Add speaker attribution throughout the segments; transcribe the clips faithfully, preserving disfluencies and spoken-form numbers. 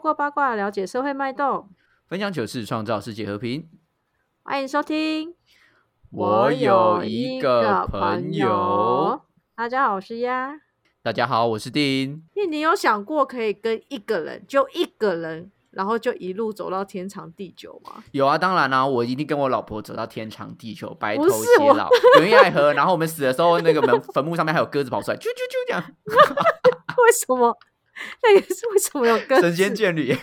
Speaker 1: 过八卦了解社会脉动，
Speaker 2: 分享糗事，创造世界和平。
Speaker 1: 欢迎收听。
Speaker 2: 我有一个朋友，
Speaker 1: 大家好，我是鸭。
Speaker 2: 大家好，我是丁。
Speaker 1: 你有想过可以跟一个人，就一个人，然后就一路走到天长地久吗？
Speaker 2: 有啊，当然啦、啊，我一定跟我老婆走到天长地久，白头偕老，永浴爱河。然后我们死的时候，那个门坟墓上面还有鸽子跑出来，啾啾啾这样。
Speaker 1: 为什么？那个是为什么有鸽子？
Speaker 2: 神仙眷侣。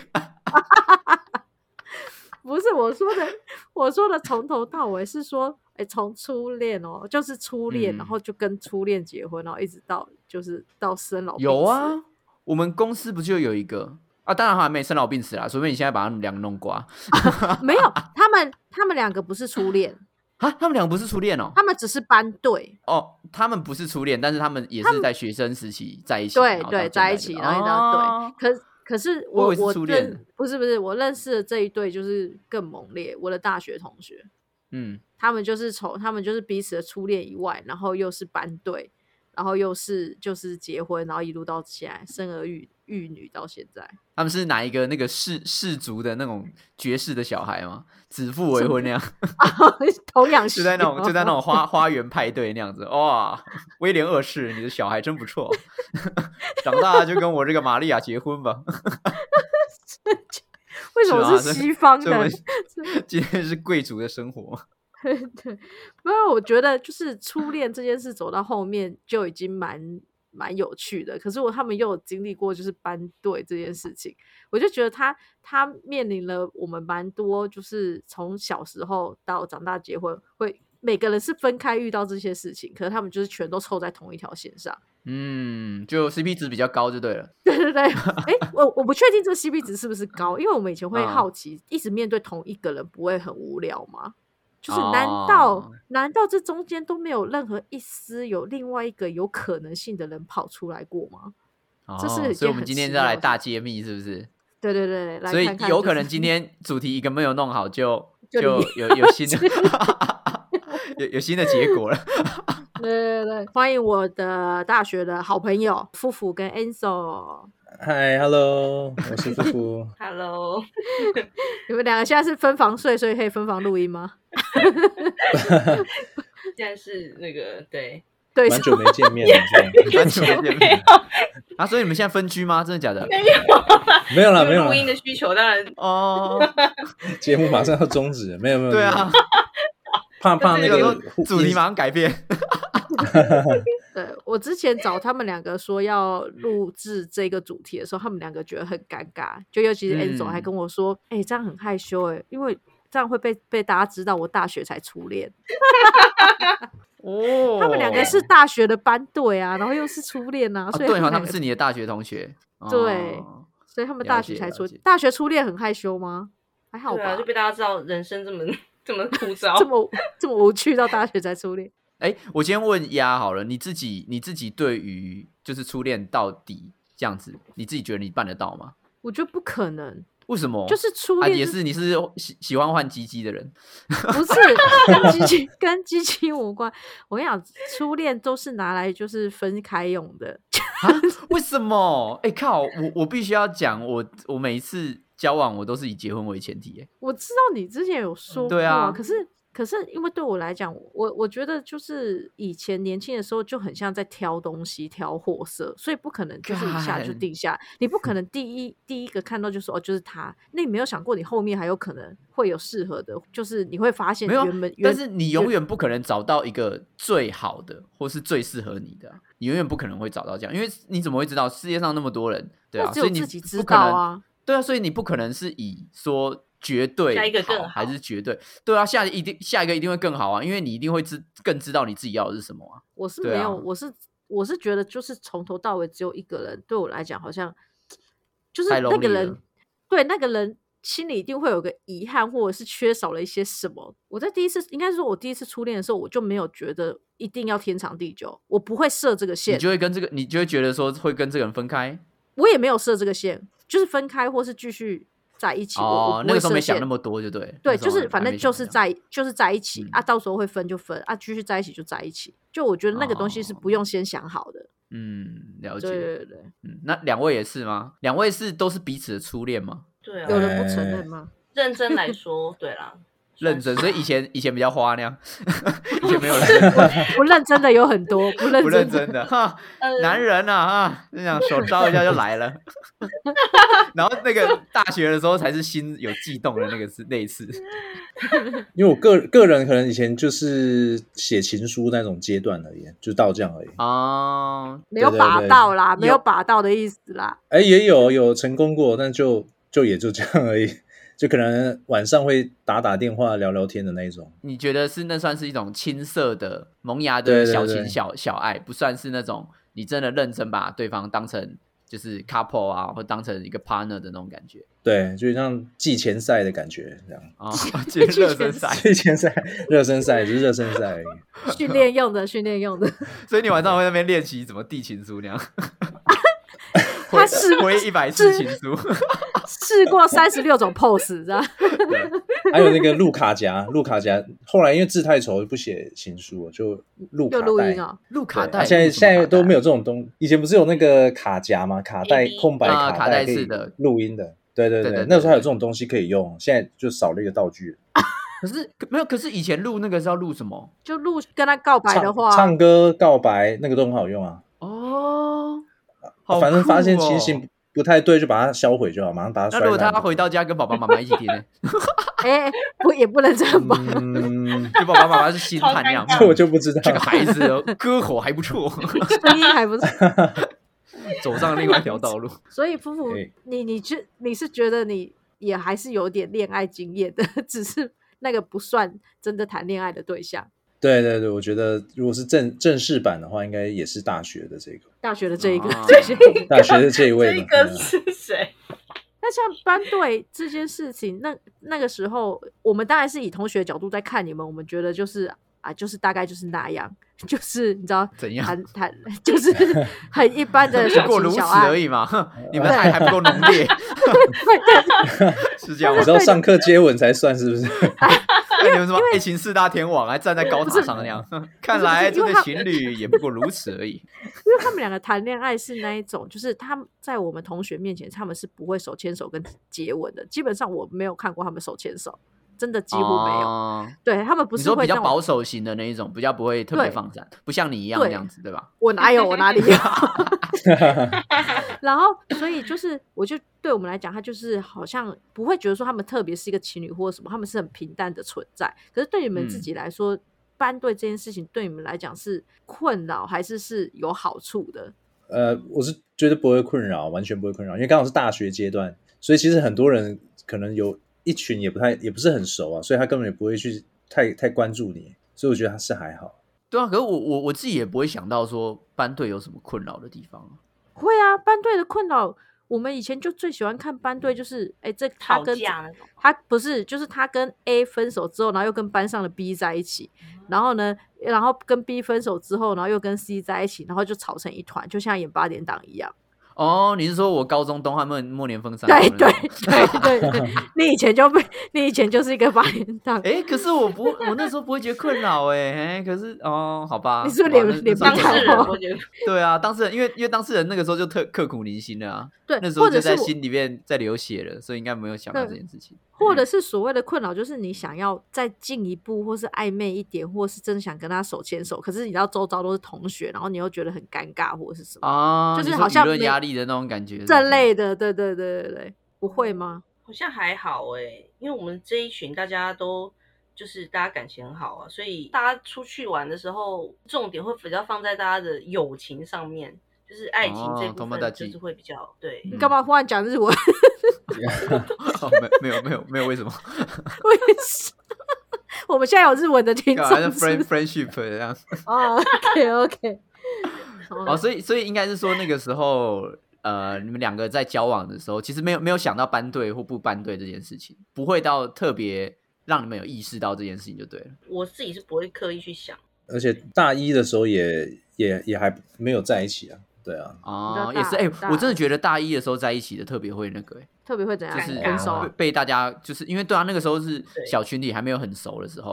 Speaker 1: 不是我说的，我说的从头到尾是说，哎，从初恋哦，就是初恋、嗯，然后就跟初恋结婚，然后一直到就是到生老病死。
Speaker 2: 有啊，我们公司不就有一个啊？当然还没生老病死啦，除非你现在把他们两个弄挂。
Speaker 1: 啊、没有，他们他们两个不是初恋
Speaker 2: 啊，他们两个不是初恋哦，
Speaker 1: 他们只是班对
Speaker 2: 哦，他们不是初恋，但是他们也是在学生时期在一起，
Speaker 1: 对对，在一起，然后一直到、哦、对，可。可是我
Speaker 2: 我我认
Speaker 1: 不是不是我认识的这一对就是更猛烈，我的大学同学，
Speaker 2: 嗯，
Speaker 1: 他们就是从他们就是彼此的初恋以外，然后又是班对，然后又是就是结婚，然后一路到现在生儿育育女到现在。
Speaker 2: 他们是哪一个那个氏氏族的那种绝世的小孩吗？指腹为婚那样，
Speaker 1: 童养媳
Speaker 2: 就在那种就在那种花花园派对那样子。哇，威廉二世，你的小孩真不错，长大就跟我这个玛利亚结婚吧。
Speaker 1: 为什么是西方的？
Speaker 2: 今天是贵族的生活。
Speaker 1: 对，没有，我觉得就是初恋这件事走到后面就已经蛮蛮有趣的，可是我他们又有经历过就是班对这件事情，我就觉得他他面临了我们蛮多，就是从小时候到长大结婚，会每个人是分开遇到这些事情，可是他们就是全都凑在同一条线上。
Speaker 2: 嗯，就 C P 值比较高就对了。
Speaker 1: 对对对，哎，我我不确定这个 C P 值是不是高，因为我们以前会好奇，嗯、一直面对同一个人不会很无聊吗？就是难道、哦、难道这中间都没有任何一丝有另外一个有可能性的人跑出来过吗？
Speaker 2: 哦、
Speaker 1: 这是
Speaker 2: 所以我们今天要来大揭秘是不是？
Speaker 1: 对对对，来看看、
Speaker 2: 所以有可能今天主题一个没有弄好就就有有新的有有新的结果了。
Speaker 1: 对对对，欢迎我的大学的好朋友夫妇跟 Enzo。
Speaker 3: 嗨 ，Hello， 我是夫妇。
Speaker 4: Hello，
Speaker 1: 你们两个现在是分房睡，所以可以分房录音吗？
Speaker 4: 现在是那个对
Speaker 1: 对，
Speaker 3: 蛮久没见面了，
Speaker 2: 蛮久没见面啊！所以你们现在分居吗？真的假的？
Speaker 4: 没有啦，
Speaker 3: 没有啦，没有啦。
Speaker 4: 录音的需求当然
Speaker 2: 哦，
Speaker 3: 节目马上要终止了，没有没有。
Speaker 2: 对啊，
Speaker 3: 怕怕那个
Speaker 2: 主题马上改变。
Speaker 1: 对，我之前找他们两个说要录制这个主题的时候，他们两个觉得很尴尬，就尤其是 Enzo 还跟我说：“哎、嗯欸，这样很害羞哎、欸，因为这样会被被大家知道我大学才初恋。”
Speaker 2: 哦，
Speaker 1: 他们两个是大学的班对啊，然后又是初恋啊，所以
Speaker 2: 他们、哦、对、哦、他们是你的大学同学，
Speaker 1: 对，
Speaker 2: 哦、
Speaker 1: 所以他们大学才初大学初恋很害羞吗？还好吧，
Speaker 4: 对啊，就被大家知道人生这么这么枯燥，
Speaker 1: 这么这么无趣，到大学才初恋。
Speaker 2: 哎，我先问鸭好了，你自己你自己对于就是初恋到底这样子，你自己觉得你办得到吗？
Speaker 1: 我觉得不可能。
Speaker 2: 为什么？
Speaker 1: 就是初恋、
Speaker 2: 啊、也是你是喜喜欢换鸡鸡的人，
Speaker 1: 不是跟鸡鸡跟鸡鸡无关。我跟你讲，初恋都是拿来就是分开用的。
Speaker 2: 啊、为什么？哎靠，我我必须要讲，我我每一次交往我都是以结婚为前提。
Speaker 1: 我知道你之前有说过，
Speaker 2: 对啊，
Speaker 1: 可是。可是因为对我来讲，我我觉得就是以前年轻的时候就很像在挑东西挑货色，所以不可能就是一下就定下，你不可能第一第一个看到就说哦就是他，那你没有想过你后面还有可能会有适合的，就是你会发现原本
Speaker 2: 但是你永远不可能找到一个最好的或是最适合你的、啊，你永远不可能会找到这样，因为你怎么会知道世界上那么多人，对啊，
Speaker 1: 只有自己知道啊，
Speaker 2: 对啊，所以你不可能是以说。绝对
Speaker 4: 下一个更好
Speaker 2: 还是绝对对啊，下一定下一个一定会更好啊，因为你一定会知更知道你自己要的是什么啊。
Speaker 1: 我是没有，啊、我是我是觉得就是从头到尾只有一个人，对我来讲好像就是那个人，对那个人心里一定会有个遗憾，或者是缺少了一些什么。我在第一次应该是说我第一次初恋的时候，我就没有觉得一定要天长地久，我不会设这个线，
Speaker 2: 你就会跟这个，你就会觉得说会跟这个人分开。
Speaker 1: 我也没有设这个线，就是分开或是继续。在一起，
Speaker 2: 哦，
Speaker 1: 我
Speaker 2: 那个时候没想那么多，就对，
Speaker 1: 对，就是反正就是在就是在一起、嗯、啊，到时候会分就分啊，继续在一起就在一起。就我觉得那个东西是不用先想好的，
Speaker 2: 嗯，了解。
Speaker 1: 对对对对，
Speaker 2: 嗯，那两位也是吗？两位是都是彼此的初恋吗？
Speaker 4: 对啊，
Speaker 1: 有人不承认吗？
Speaker 4: 认真来说，对啦，
Speaker 2: 认真，所以以前以前比较花那样，以前没有人
Speaker 1: 不认真的有很多，不认
Speaker 2: 不认
Speaker 1: 真的
Speaker 2: 真的哈，
Speaker 4: 呃
Speaker 2: 男人啊哈，就想手招一下就来了。然后那个大学的时候才是心有悸动的那个是那一次。
Speaker 3: 因为我个个人可能以前就是写情书那种阶段而已，就到这样而已。
Speaker 2: 哦，
Speaker 1: 没有
Speaker 3: 对对对
Speaker 1: 把到啦，没有
Speaker 2: 有
Speaker 1: 把到的意思啦。
Speaker 3: 哎，也有有成功过，但就就也就这样而已，就可能晚上会打打电话聊聊天的那一种。
Speaker 2: 你觉得是那算是一种青涩的萌芽
Speaker 3: 对对对
Speaker 2: 的小情小小爱，不算是那种你真的认真把对方当成就是 couple 啊，或当成一个 partner 的那种感觉。
Speaker 3: 对，就像季前赛的感觉这样。
Speaker 2: 哦，接热身赛，
Speaker 3: 季前赛、热身赛只是热身赛而已。
Speaker 1: 训练用的，训练用的。
Speaker 2: 所以你晚上会在那边练习怎么递情书那样。
Speaker 1: 他试
Speaker 2: 回一百次情书，
Speaker 1: 试过三十六种 pose， 这样。
Speaker 3: 对，还有那个录卡夹，录卡夹。后来因为字太丑，就不写情书了，就录卡
Speaker 1: 就
Speaker 3: 带。
Speaker 1: 录音哦，
Speaker 2: 录卡带。
Speaker 3: 对啊现在现在都没有这种东，以前不是有那个卡夹吗？卡带
Speaker 4: A B
Speaker 3: 空白
Speaker 2: 啊卡带
Speaker 3: 可以
Speaker 2: 式的
Speaker 3: 录音的。对对
Speaker 2: 对对对
Speaker 3: 那时候还有这种东西可以用，现在就少了一个道具。
Speaker 2: 可是没有，可是以前录那个是要录什么？
Speaker 1: 就录跟他告白的话，
Speaker 3: 唱唱歌告白那个都很好用啊。
Speaker 2: 哦，好酷哦
Speaker 3: 反正发现情形不太对，就把它销毁就好，马上把它摔烂。
Speaker 2: 那如果他回到家跟爸爸妈妈一起听呢？
Speaker 1: 哎，不也不能这样吧？
Speaker 3: 嗯，
Speaker 2: 就爸爸妈妈是心探那样，
Speaker 3: 这我就不知道。
Speaker 2: 这个孩子哦歌喉还不错，
Speaker 1: 声音还不错。
Speaker 2: 走上另外一条道路。
Speaker 1: 所以夫妇
Speaker 3: 可以，
Speaker 1: 你你是你是觉得你也还是有点恋爱经验的，只是那个不算真的谈恋爱的对象。
Speaker 3: 对对对，我觉得如果是正正式版的话，应该也是大学的这个
Speaker 1: 大学的这一个，
Speaker 2: 哦
Speaker 1: 这个
Speaker 3: 大学的这一位
Speaker 4: 这
Speaker 3: 嘛。嗯
Speaker 4: 个是谁？
Speaker 1: 那像班队这件事情，那那个时候我们当然是以同学的角度在看你们，我们觉得就是啊，就是大概就是那样，就是你知道
Speaker 2: 怎样
Speaker 1: 谈谈就是很一般的小
Speaker 2: 不过如此
Speaker 1: 情小爱
Speaker 2: 而已嘛，哼你们爱还不够浓烈，是这样吗
Speaker 3: 我？知道上课接吻才算是不是？
Speaker 2: 那你们什么爱情四大天王还站在高塔上那样？看来这对情侣也不过如此而已。
Speaker 1: 因为他们两个谈恋爱是那一种，就是他们在我们同学面前，他们是不会手牵手跟接吻的。基本上我没有看过他们手牵手，真的几乎没有。
Speaker 2: 哦
Speaker 1: 对他们不
Speaker 2: 你说比较
Speaker 1: 是会那种
Speaker 2: 保守型的那一种，比较不会特别
Speaker 1: 对
Speaker 2: 放闪，不像你一样
Speaker 1: 对
Speaker 2: 那样子，对吧？
Speaker 1: 我哪有我哪里有？然后所以就是，我就对我们来讲，他就是好像不会觉得说他们特别是一个情侣或者什么，他们是很平淡的存在。可是对你们自己来说，班队这件事情对你们来讲是困扰还是是有好处的？
Speaker 3: 呃，我是绝对不会困扰，完全不会困扰，因为刚好是大学阶段，所以其实很多人可能有一群也不太也不是很熟啊，所以他根本也不会去太太关注你，所以我觉得他是还好。
Speaker 2: 对啊，可是我我我自己也不会想到说班队有什么困扰的地方。
Speaker 1: 会啊，班队的困扰，我们以前就最喜欢看班队，就是哎，这他
Speaker 4: 吵
Speaker 1: 跟
Speaker 4: 架那种。
Speaker 1: 他不是，就是他跟 A 分手之后，然后又跟班上的 B 在一起，然后呢，然后跟 B 分手之后，然后又跟 C 在一起，然后就吵成一团，就像演八点档一样。
Speaker 2: 哦，你是说我高中东汉末末年风三
Speaker 1: 对对
Speaker 2: 国那种？
Speaker 1: 对对对，你以前就被你以前就是一个八点档，
Speaker 2: 哎，可是我不，我那时候不会觉得困扰哎，哎，可是哦，好吧，
Speaker 1: 你是不是
Speaker 2: 好吧
Speaker 1: 脸脸
Speaker 2: 那那
Speaker 4: 当
Speaker 1: 皮太厚
Speaker 4: 事人我觉得
Speaker 2: 对啊，当事人因为因为当事人那个时候就特刻骨铭心了啊，
Speaker 1: 对，
Speaker 2: 那时候
Speaker 1: 或者我
Speaker 2: 就是在心里面在流血了，所以应该没有想到这件事情。
Speaker 1: 或者是所谓的困扰，就是你想要再进一步，或是暧昧一点，或是真的想跟他手牵手，可是你知道周遭都是同学，然后你又觉得很尴尬，或者是什么，
Speaker 2: 啊，
Speaker 1: 就是
Speaker 2: 你说舆论
Speaker 1: 好像没
Speaker 2: 压力的那种感觉是不是，
Speaker 1: 这类的，对对对对对，不会吗？
Speaker 4: 好像还好哎、因为我们这一群大家都就是大家感情很好啊，所以大家出去玩的时候，重点会比较放在大家的友情上面，就是爱情这
Speaker 2: 哦
Speaker 4: 部分
Speaker 2: 友達
Speaker 4: 就是会比较对。
Speaker 1: 你干嘛忽然讲日文？
Speaker 2: 哦，没没有没有没有为什么？
Speaker 1: 为什么？我们现在有日文的听众
Speaker 2: 好像
Speaker 1: 是
Speaker 2: friend friendship 这样。
Speaker 1: 哦 OK OK，
Speaker 2: 哦，所以所以应该是说那个时候，呃，你们两个在交往的时候，其实没有没有想到班队或不班队这件事情，不会到特别让你们有意识到这件事情就对了。
Speaker 4: 我自己是不会刻意去想，
Speaker 3: 而且大一的时候也也也还没有在一起啊，对啊，
Speaker 2: 哦，
Speaker 1: 你知道
Speaker 2: 也是，哎、
Speaker 1: 大
Speaker 2: 我真的觉得大一的时候在一起的特别会那个、欸，
Speaker 1: 特别会怎样？
Speaker 2: 就是
Speaker 4: 尴尬
Speaker 1: 分手啊
Speaker 2: 被被大家就是因为对啊，那个时候是
Speaker 4: 对
Speaker 2: 小群体还没有很熟的时候啊，可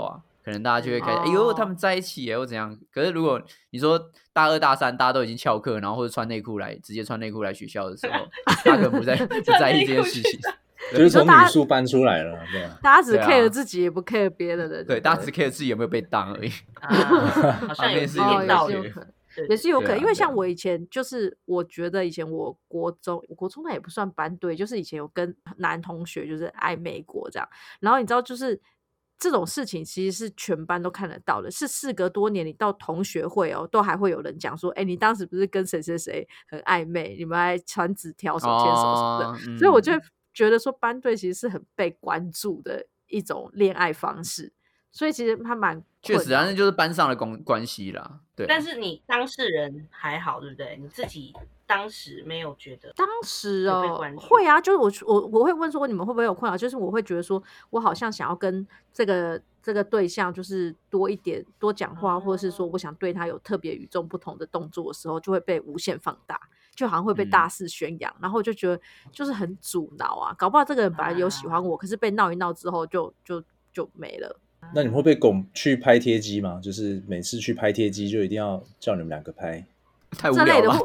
Speaker 2: 可能大家就会开始，哎呦，他们在一起耶，或怎样。可是如果你说大二大三大家都已经翘课，然后或者穿内裤来，直接穿内裤来学校的时候，他可能不在不在意这件事情，
Speaker 3: 就是从女宿搬出来了，对啊，
Speaker 1: 大家只 care 自己，也不 care 别的人，
Speaker 2: 对，大家只 care 自己有没有被当而已。
Speaker 4: 啊，好像有点道理。
Speaker 1: 也是有可能，
Speaker 2: 啊、
Speaker 1: 因为像我以前就是，我觉得以前我国中，我国中那也不算班对，就是以前有跟男同学就是暧昧过这样，然后你知道就是这种事情其实是全班都看得到的，是事隔多年你到同学会哦，都还会有人讲说，哎，你当时不是跟谁谁谁很暧昧，你们还传纸条、手牵手什么的，哦嗯、所以我就觉得说班对其实是很被关注的一种恋爱方式。所以其实他蛮
Speaker 2: 确实啊，那就是班上的关关系啦。对，
Speaker 4: 但是你当事人还好，对不对？你自己当时没有觉得？
Speaker 1: 当时哦，会啊，就是我我我会问说你们会不会有困扰？就是我会觉得说我好像想要跟这个这个对象就是多一点多讲话，哦、或者是说我想对他有特别与众不同的动作的时候，就会被无限放大，就好像会被大肆宣扬，嗯、然后就觉得就是很阻挠啊，搞不好这个人本来有喜欢我，啊、可是被闹一闹之后就就就没了。
Speaker 3: 那你们会被拱去拍贴机吗？就是每次去拍贴机就一定要叫你们两个拍，
Speaker 2: 太无聊了。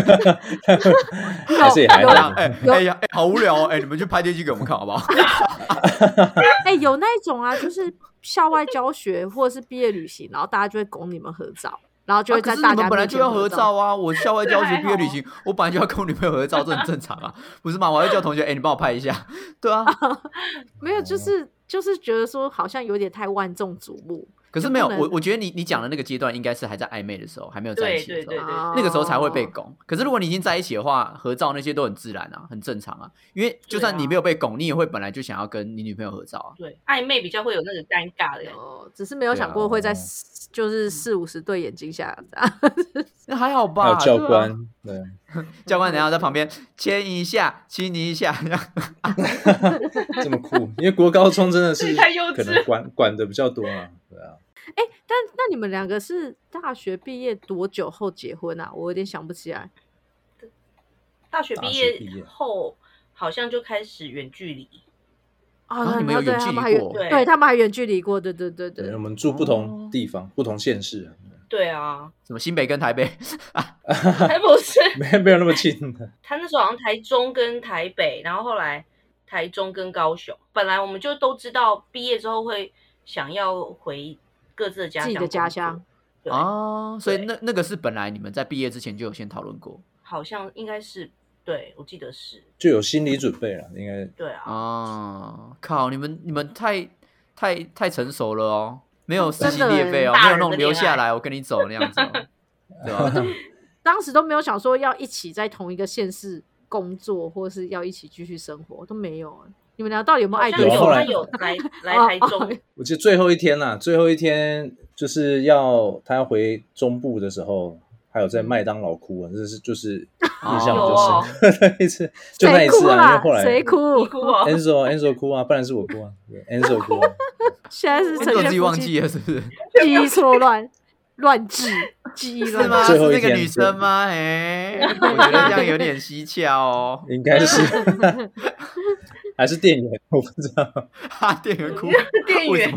Speaker 3: 还是也还好。
Speaker 2: 哎哎呀，哎，好无聊哦！哎，你们去拍贴机给我们看好不好？
Speaker 1: 哎，有那一种啊，就是校外教学或者是毕业旅行，然后大家就会拱你们合照，然后就会在大家面前合照。
Speaker 2: 啊、可是你们本来就要合照啊！我校外教学、毕业旅行，我本来就要跟我女朋友合照，这很正常啊，不是吗？我还会叫同学，哎，你帮我拍一下，对啊。
Speaker 1: 没有，就是就是觉得说好像有点太万众瞩目。
Speaker 2: 可是没有，我我觉得你你讲的那个阶段应该是还在暧昧的时候，还没有在一起的时候，
Speaker 4: 对对对对，
Speaker 2: 那个时候才会被拱。可是如果你已经在一起的话，合照那些都很自然啊，很正常啊。因为就算你没有被拱，你也会本来就想要跟你女朋友合照啊。
Speaker 4: 对，暧昧比较会有那个尴尬的
Speaker 1: 哦，只是没有想过会在就是四五十对眼睛下这样。
Speaker 2: 那还好吧？
Speaker 3: 还有教官，对，
Speaker 2: 教官等一下在旁边牵一下，亲你一下，这样
Speaker 3: 这么酷。因为国高中真的是可能管管的比较多啊，对啊。
Speaker 1: 哎，但那你们两个是大学毕业多久后结婚啊？我有点想不起来。
Speaker 4: 大学毕业后好像就开始远距离
Speaker 2: 啊，你们有远距离过？
Speaker 1: 对，他们还远距离过，对对对对。
Speaker 3: 我们住不同地方，不同县市。
Speaker 4: 对啊，
Speaker 2: 什么新北跟台北？
Speaker 4: 还不是
Speaker 3: 没没有那么近。
Speaker 4: 他那时候好像台中跟台北，然后后来台中跟高雄。本来我们就都知道，毕业之后会想要回各自的家乡，
Speaker 1: 自己的家乡。
Speaker 2: 哦，所以那那个是本来你们在毕业之前就有先讨论过，
Speaker 4: 好像应该是，对我记得是，
Speaker 3: 就有心理准备了，应该。
Speaker 4: 对啊。
Speaker 2: 哦，靠，你们你们太太太成熟了哦，没有撕心裂肺哦，没有那种留下来我跟你走那样子、哦，对吧、啊？
Speaker 1: 当时都没有想说要一起在同一个县市工作，或是要一起继续生活，都没有。你们俩到底有没有爱对
Speaker 4: 方？
Speaker 3: 后来
Speaker 4: 有来来台中，
Speaker 3: 我记得最后一天啦、啊，最后一天就是要他要回中部的时候，还有在麦当劳哭啊，这是就是印象就深，那、哦、一次就那一次啊，因为后来
Speaker 1: 谁哭
Speaker 3: ？Enzo Enzo 哭啊，不然是我哭啊 ，Enzo 哭啊。
Speaker 1: 现在是
Speaker 2: 陈自己忘记了是不是？
Speaker 1: 记忆错乱。乱记记忆乱
Speaker 2: 是吗？是那个女生吗？哎、欸，我觉得这样有点蹊跷哦。
Speaker 3: 应该是，还是店员？我不知道。
Speaker 2: 哈，店员哭，
Speaker 4: 店员。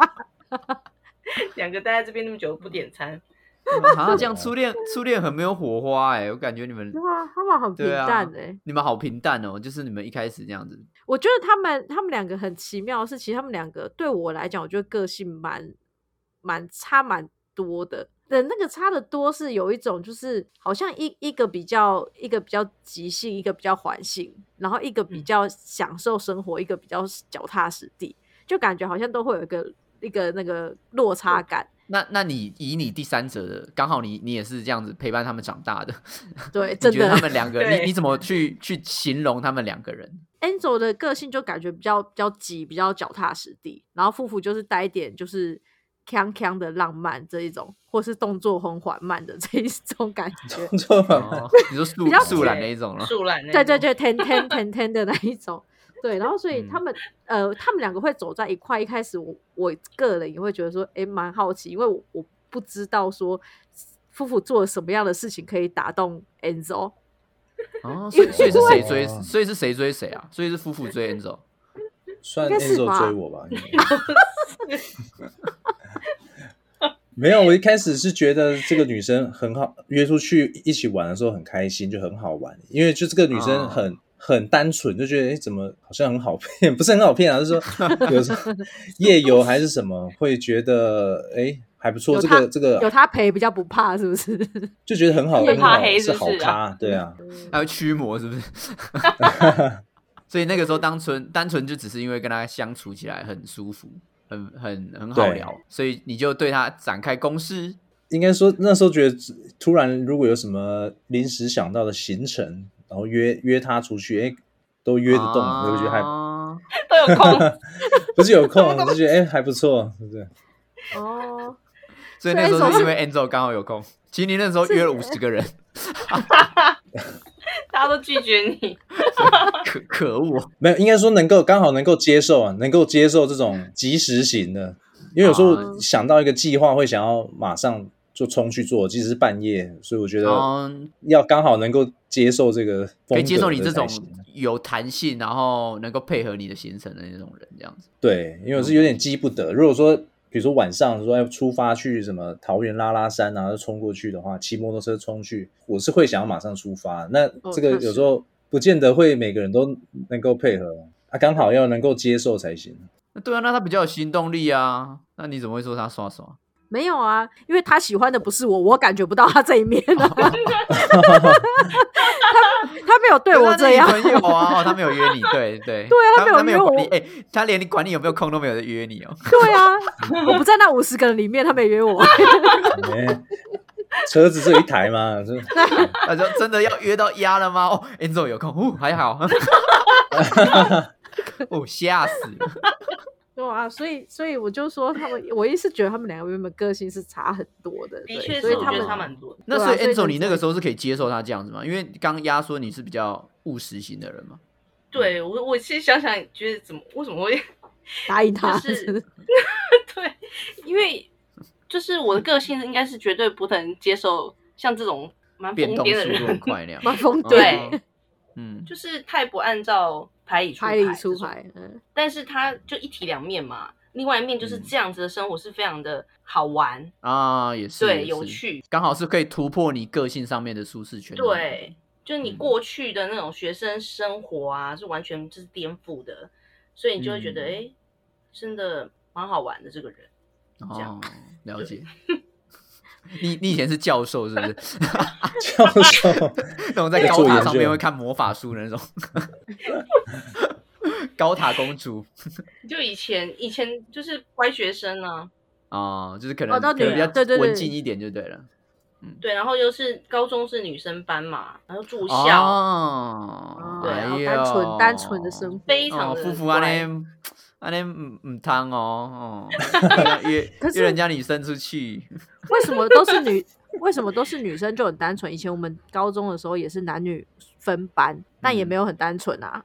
Speaker 4: 两个待在这边那么久不点餐，
Speaker 2: 啊，这样初恋初恋很没有火花哎、欸，我感觉你们
Speaker 1: 哇，他们很平淡哎、欸啊，
Speaker 2: 你们好平淡哦，就是你们一开始这样子。
Speaker 1: 我觉得他们他们两个很奇妙的是，其实他们两个对我来讲，我觉得个性蛮蛮差蛮。多的的那个差的多是有一种就是好像一一个比较一个比较急性，一个比较缓性，然后一个比较享受生活，一个比较脚踏实地，就感觉好像都会有一个一个那个落差感。
Speaker 2: 那那你以你第三者的，刚好你你也是这样子陪伴他们长大的，
Speaker 1: 对，真的。
Speaker 2: 你觉得他们两个，你你怎么去去形容他们两个人
Speaker 1: ？Enzo 的个性就感觉比较比较急，比较脚踏实地，然后夫妇就是带一点就是锵锵的浪漫这一种，或是动作很缓慢的这一种感觉。
Speaker 3: 动作缓慢，
Speaker 2: 哦、你说树树懒那一种了？
Speaker 4: 树懒，
Speaker 1: 对对对，ten ten ten ten 的那一种。对，然后所以他们、嗯、呃，他们两个会走在一块。一开始我我个人也会觉得说，哎，蛮好奇，因为我我不知道说夫妇做了什么样的事情可以打动 Enzo。
Speaker 2: 哦，所以所以是谁追？所以是谁追谁啊？所以是夫妇追 Enzo。
Speaker 3: 算 Enzo 追我吧。 没有，我一开始是觉得这个女生很好，约出去一起玩的时候很开心，就很好玩，因为就这个女生很、哦、很单纯，就觉得哎，怎么好像很好骗，不是很好骗啊，就是说有时候夜游还是什么，会觉得哎还不错，这个这个
Speaker 1: 有他陪比较不怕，是不是？
Speaker 3: 就觉得很好，
Speaker 4: 很
Speaker 3: 好
Speaker 4: 是
Speaker 3: 好咖，对啊，
Speaker 2: 还会驱魔是不是？所以那个时候单纯单纯就只是因为跟他相处起来很舒服。很很很好聊，所以你就对他展开攻势。
Speaker 3: 应该说那时候觉得，突然如果有什么临时想到的行程，然后约约他出去，哎，都约得动，我就觉得还
Speaker 4: 都有空，
Speaker 3: 不是有空，我就觉得哎还不错，是不是？
Speaker 1: 哦，
Speaker 2: 所以那时候是因为 Enzo 刚好有空，其实你那时候约了五十个人。
Speaker 4: 大家都拒绝你，
Speaker 2: 可可恶！
Speaker 3: 没有，应该说能够刚好能够接受啊，能够接受这种及时型的，因为有时候想到一个计划会想要马上就冲去做，即使是半夜，所以我觉得要刚好能够接受这个风格，
Speaker 2: 可以接受你这种有弹性，然后能够配合你的行程的那种人，这样子。
Speaker 3: 对，因为我是有点急不得，如果说。比如说晚上说要出发去什么桃园拉拉山啊，冲过去的话，骑摩托车冲去，我是会想要马上出发。那这个有时候不见得会每个人都能够配合，他、啊、刚好要能够接受才行。
Speaker 2: 对啊，那他比较有行动力啊。那你怎么会说他刷刷？
Speaker 1: 没有啊，因为他喜欢的不是我，我感觉不到他这一面啊。他他没有对我这样，
Speaker 2: 他朋友啊，哦，他没有约你，对对
Speaker 1: 对啊，他没有约我，
Speaker 2: 哎、欸，他连你管你有没有空都没有约你哦。
Speaker 1: 对啊，我不在那五十个人里面，他没约我。
Speaker 3: 欸、车子只有一台嘛，
Speaker 2: 他说真的要约到压了吗？哦 ，Enzo 有空，哦，还好。哦，吓死了。
Speaker 1: 对啊，所以所以我就说他们，我一是觉得他们两个原本个性是差很多的，
Speaker 4: 的确，
Speaker 1: 所以他们
Speaker 4: 差蛮多的。
Speaker 2: 那所以 Enzo 你那个时候是可以接受他这样子吗？因为刚压说你是比较务实型的人嘛。
Speaker 4: 对，我我其实想想，觉得怎么为什么会
Speaker 1: 答应他？
Speaker 4: 就是对，因为就是我的个性应该是绝对不能接受像这种蛮疯癫的人，
Speaker 2: 很快那样，
Speaker 1: 蛮疯癫。
Speaker 4: 对，
Speaker 2: 嗯，
Speaker 4: 就是太不按照牌理出牌，
Speaker 1: 牌理出牌。嗯，
Speaker 4: 但是他就一体两面嘛，另外一面就是这样子的生活是非常的好玩
Speaker 2: 啊，也是
Speaker 4: 对，有趣，
Speaker 2: 刚好是可以突破你个性上面的舒适圈。
Speaker 4: 对，就是你过去的那种学生生活啊，嗯、是完全就是颠覆的，所以你就会觉得，哎、嗯，真的蛮好玩的这个人。这样、
Speaker 2: 哦，了解。你你以前是教授是不是？
Speaker 3: 教授
Speaker 2: 那种在高塔上面会看魔法书的那种。高塔公主。
Speaker 4: 就以前以前就是乖学生啊。
Speaker 2: 哦，就是可能、
Speaker 1: 哦、
Speaker 2: 可能比较文静一点就对了。
Speaker 4: 嗯、对，然后又是高中是女生班嘛，然后住校。
Speaker 2: 哦，
Speaker 1: 对，
Speaker 2: 哎呦，
Speaker 1: 单纯单纯的生活，
Speaker 4: 非常的
Speaker 2: 夫妇安尼安尼唔唔汤哦，哦约约人家女生出去。
Speaker 1: 为什么都是女？为什么都是女生就很单纯？以前我们高中的时候也是男女分班，但也没有很单纯啊。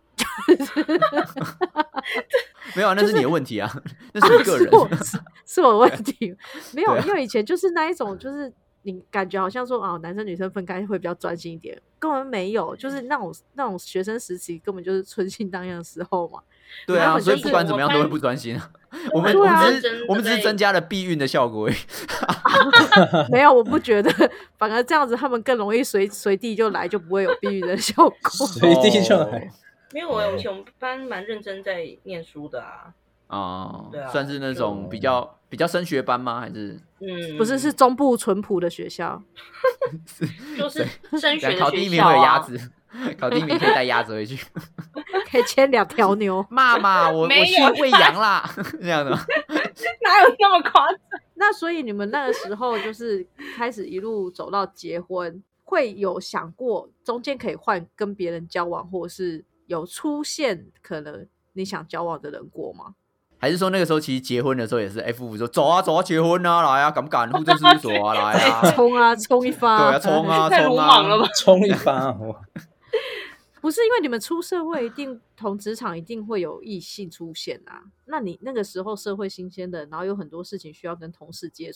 Speaker 2: 没有啊，那是你的问题啊，就是、那是你个人，
Speaker 1: 是我是我问题。没有，因为以前就是那一种，就是你感觉好像说啊，男生女生分开会比较专心一点，根本没有，就是那种那种学生时期根本就是春心荡漾的时候嘛。
Speaker 2: 对啊，所以不管怎么样都会不专心啊。我们、啊、我们只是我们只是增加了避孕的效果而已。
Speaker 1: 没有，我不觉得，反而这样子他们更容易随随地就来，就不会有避孕的效果。
Speaker 3: 随地就来。
Speaker 4: 没有哎、欸，以前我们班蛮认真在念书的啊。
Speaker 2: 哦，
Speaker 4: 对啊，
Speaker 2: 算是那种比较比较升学班吗？还是
Speaker 4: 嗯，
Speaker 1: 不是，是中部淳朴的学校，
Speaker 4: 就是升学的学校、啊。
Speaker 2: 考第一名会有鸭子，考第一名可以带鸭子回去，
Speaker 1: 可以牵两条牛。
Speaker 2: 妈妈，我我去喂羊啦，这样的。
Speaker 4: 哪有那么夸张？
Speaker 1: 那所以你们那个时候就是开始一路走到结婚，会有想过中间可以换跟别人交往，或是有出现可能你想交往的人过吗？
Speaker 2: 还是说那个时候其实结婚的时候也是 F 五说走啊走啊结婚啊来啊敢不敢户政事务所啊来啊
Speaker 1: 冲啊冲一发，
Speaker 2: 对啊冲啊
Speaker 4: 太鲁莽了吧，
Speaker 3: 冲一发。
Speaker 1: 不是因为你们出社会一定同职场一定会有异性出现啊，那你那个时候社会新鲜的，然后有很多事情需要跟同事接触，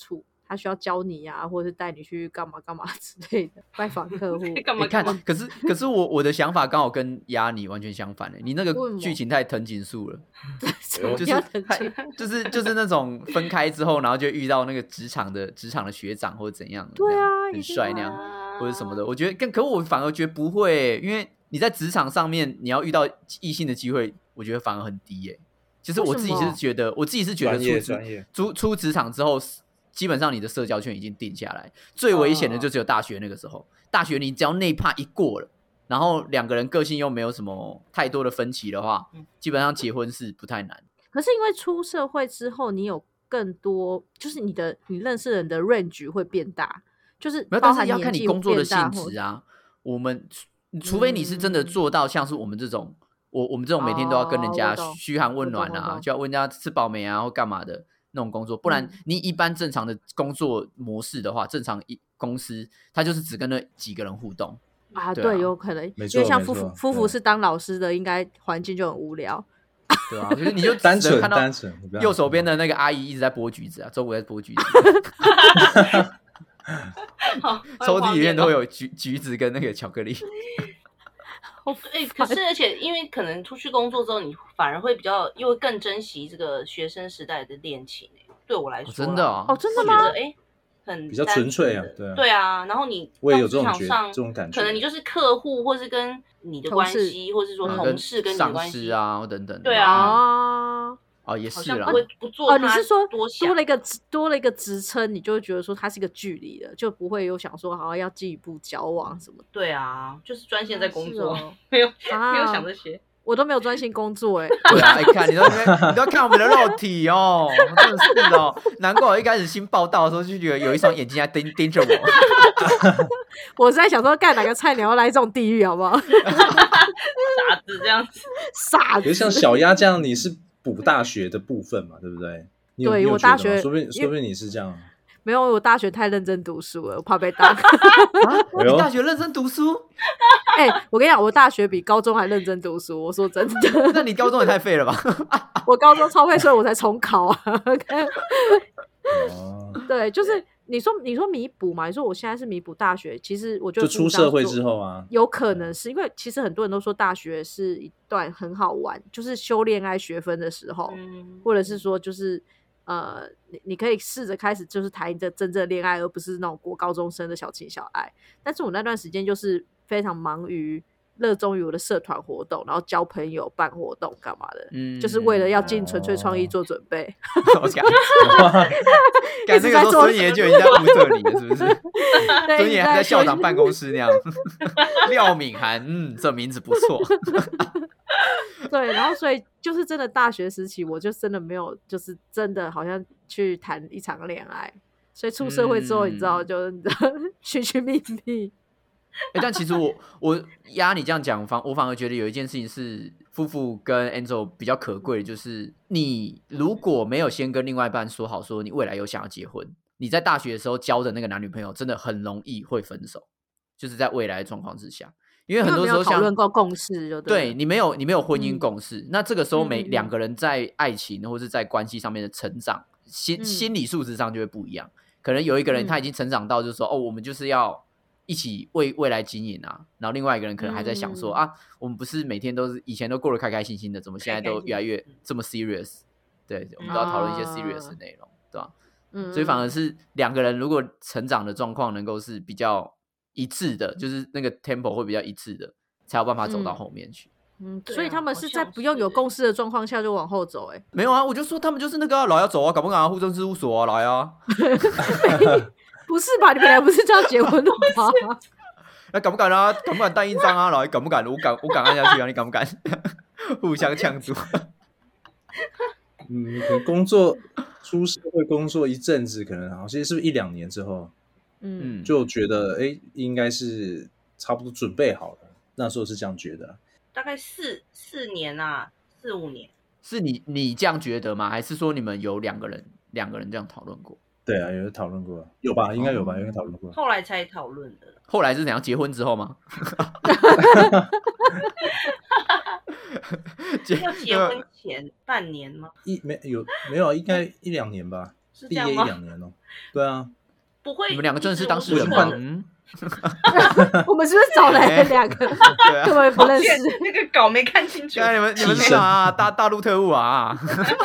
Speaker 1: 他需要教你啊，或者是带你去干嘛干嘛之类的，拜访客户。
Speaker 4: 干嘛
Speaker 2: 你看
Speaker 4: 干嘛？，
Speaker 2: 可是可是我我的想法刚好跟压你完全相反的，你那
Speaker 1: 为什么
Speaker 2: 个剧情太藤井树了，就是
Speaker 1: 怎么样澄
Speaker 2: 太
Speaker 1: 清？
Speaker 2: 就是就是那种分开之后，然后就遇到那个职场的职场的学长或者怎样，
Speaker 1: 对啊
Speaker 2: 这样很
Speaker 1: 一定
Speaker 2: 帅那样，
Speaker 4: 啊
Speaker 2: 或者什么的。我觉得更，可我反而觉得不会、欸，因为你在职场上面你要遇到异性的机会，我觉得反而很低耶、欸。其实我自己
Speaker 1: 为什么
Speaker 2: 是觉得，我自己是觉得
Speaker 3: 专业
Speaker 2: 出
Speaker 3: 专业
Speaker 2: 出出职场之后，基本上你的社交圈已经定下来。最危险的就只有大学那个时候，大学你只要那一趴一过了，然后两个人个性又没有什么太多的分歧的话，基本上结婚是不太难。
Speaker 1: 可是因为出社会之后，你有更多，就是你的你认识人的 range 会变大，就是
Speaker 2: 没有，
Speaker 1: 包
Speaker 2: 但是要
Speaker 1: 含年纪
Speaker 2: 看你工作的
Speaker 1: 变大或
Speaker 2: 性质啊。我们除非你是真的做到像是我们这种，我我们这种每天都要跟人家
Speaker 1: 哦我懂
Speaker 2: 嘘寒问暖啊，
Speaker 1: 我懂我懂
Speaker 2: 就要问人家吃饱没啊或干嘛的那种工作，不然
Speaker 1: 嗯
Speaker 2: 你一般正常的工作模式的话，正常一公司它就是只跟那几个人互动。
Speaker 1: 啊，
Speaker 2: 对啊
Speaker 1: 对，有可能，
Speaker 3: 没
Speaker 1: 因为像夫
Speaker 3: 错没错
Speaker 1: 妇夫妇
Speaker 3: 对
Speaker 1: 是当老师的，应该环境就很无聊。
Speaker 2: 对啊，就是你就
Speaker 3: 单纯
Speaker 2: 只能看到
Speaker 3: 单纯你不要
Speaker 2: 右手边的那个阿姨一直在剥橘子啊，周围在剥橘子，
Speaker 4: 好
Speaker 2: 抽屉里面都。
Speaker 4: 好
Speaker 2: 有橘橘子跟那个巧克力。
Speaker 4: 哎、可是而且因为可能出去工作之后，你反而会比较又会更珍惜这个学生时代的恋情、欸。对我来说啦、
Speaker 2: 哦真的哦
Speaker 1: 哦，真的
Speaker 4: 会觉
Speaker 1: 吗
Speaker 4: 得？哎、很
Speaker 3: 比较纯粹啊
Speaker 4: 单纯的
Speaker 3: 对啊
Speaker 4: 对啊。然后你
Speaker 3: 我也有
Speaker 4: 到职
Speaker 3: 这种觉
Speaker 4: 场上
Speaker 3: 这种感觉
Speaker 4: 可能你就是客户，或是跟你的关系，或是说
Speaker 2: 嗯
Speaker 4: 同事跟你的
Speaker 2: 上
Speaker 4: 关系
Speaker 2: 司，啊或等等的。
Speaker 4: 对啊
Speaker 1: 啊，
Speaker 2: 哦也是啦
Speaker 4: 好像不。会不做
Speaker 1: 哦，
Speaker 4: 他
Speaker 1: 你是说
Speaker 4: 多想
Speaker 1: 多了一个职多了一个职称，你就会觉得说它是一个距离了，就不会有想说好像要进一步交往什么的。
Speaker 4: 对啊，就是专心在工作，
Speaker 1: 是哦
Speaker 4: 没有、
Speaker 1: 啊
Speaker 4: 没有想这些。
Speaker 1: 我都没有专心工作哎、
Speaker 2: 对啊，一看你都你都要看我们的肉体哦，真的是哦，难怪我一开始新报道的时候就觉得有一双眼睛在盯盯着我。
Speaker 1: 我是在想说，干哪个菜鸟要来这种地狱好不好？
Speaker 4: 傻子这样子，
Speaker 1: 傻子
Speaker 3: 可是。像小鸭这样，你是补大学的部分嘛，对不对？你有
Speaker 1: 对
Speaker 3: 你有觉得吗
Speaker 1: 我大学
Speaker 3: 说不定
Speaker 1: 因为
Speaker 3: 说不定你是这样。
Speaker 1: 没有，我大学太认真读书了，我怕被当。
Speaker 2: 啊
Speaker 3: 哎呦
Speaker 2: 你大学认真读书，
Speaker 1: 哎、我跟你讲，我大学比高中还认真读书。我说真的，
Speaker 2: 那你高中也太废了吧？
Speaker 1: 我高中超废，所以我才重考啊。
Speaker 3: 哦，
Speaker 1: 对，就是你说你说弥补嘛，你说我现在是弥补大学，其实我觉得
Speaker 3: 就出社会之后啊，
Speaker 1: 有可能是因为其实很多人都说大学是一段很好玩，就是修恋爱学分的时候，
Speaker 4: 嗯，
Speaker 1: 或者是说就是呃，你你可以试着开始就是谈一个真正的恋爱，而不是那种国高中生的小情小爱。但是我那段时间就是非常忙于热衷于我的社团活动，然后交朋友、办活动干嘛的，
Speaker 2: 嗯
Speaker 1: 就是为了要进纯粹创意做准备。
Speaker 2: 我讲，感那个时候孙爷就已经在物色你了，是不是？
Speaker 1: 对
Speaker 2: 孙爷还在校长
Speaker 1: 做
Speaker 2: 办公室那样。廖敏涵，嗯，这名字不错。
Speaker 1: 对，然后所以就是真的大学时期，我就真的没有，就是真的好像去谈一场恋爱。所以出社会之后，你知道，
Speaker 2: 嗯
Speaker 1: 就你知道寻寻觅觅。
Speaker 2: 欸、但其实我我压你这样讲，反我反而觉得有一件事情是夫妇跟 Angel 比较可贵的，就是你如果没有先跟另外一半说好，说你未来有想要结婚，你在大学的时候交的那个男女朋友，真的很容易会分手，就是在未来的状况之下，因为很多时候像
Speaker 1: 讨论过共识就对了，
Speaker 2: 对你没有你没有婚姻共识，嗯、那这个时候每
Speaker 1: 嗯嗯嗯
Speaker 2: 两个人在爱情或是在关系上面的成长，心、
Speaker 1: 嗯
Speaker 2: 心理素质上就会不一样。可能有一个人他已经成长到就是说，嗯、哦，我们就是要一起为未来经营啊，然后另外一个人可能还在想说、嗯、啊，我们不是每天都是以前都过得开开心心的，怎么现在都越来越这么 serious？ 对，我们都要讨论一些 serious 的内容，啊、对吧？嗯，所以反而是两个人如果成长的状况能够是比较一致的，就是那个 tempo 会比较一致的，才有办法走到后面去。
Speaker 1: 嗯，
Speaker 4: 啊、
Speaker 1: 所以他们是在不用有共识的状况下就往后走、欸，哎，
Speaker 2: 没有啊，我就说他们就是那个、啊、来要走啊，敢不敢啊？户政事务所啊，来啊！
Speaker 1: 不是吧？你本来不是就要结婚的吗？
Speaker 2: 那敢不敢啊？敢不敢带印章啊？来，敢不敢？我敢，我敢按下去啊！你敢不敢？互相呛住。
Speaker 3: 嗯，可能工作出社会工作一阵子，可能好像是不是一两年之后，
Speaker 1: 嗯，
Speaker 3: 就觉得哎，应该是差不多准备好了。那时候是这样觉得、啊。
Speaker 4: 大概四四年啊，四五年。
Speaker 2: 是你你这样觉得吗？还是说你们有两个人两个人这样讨论过？
Speaker 3: 对啊，有讨论过，有吧？应该有吧？应该讨论过。
Speaker 4: 后来才讨论的。
Speaker 2: 后来是怎样？结婚之后吗？
Speaker 4: 要结婚前半年吗？
Speaker 3: 一没有没有，应该一两年吧。 毕业一
Speaker 4: 是这样吗？
Speaker 3: 两年哦，对啊，
Speaker 4: 不会，
Speaker 2: 你们两个真的是当事人吗？
Speaker 3: 我是换的
Speaker 2: 嗯，
Speaker 1: 我们是不是找来了两个
Speaker 2: 对啊
Speaker 1: 根本不认识？
Speaker 4: 那个稿没看清楚。
Speaker 2: 现在你们你们是啥啊？大大陆特务啊！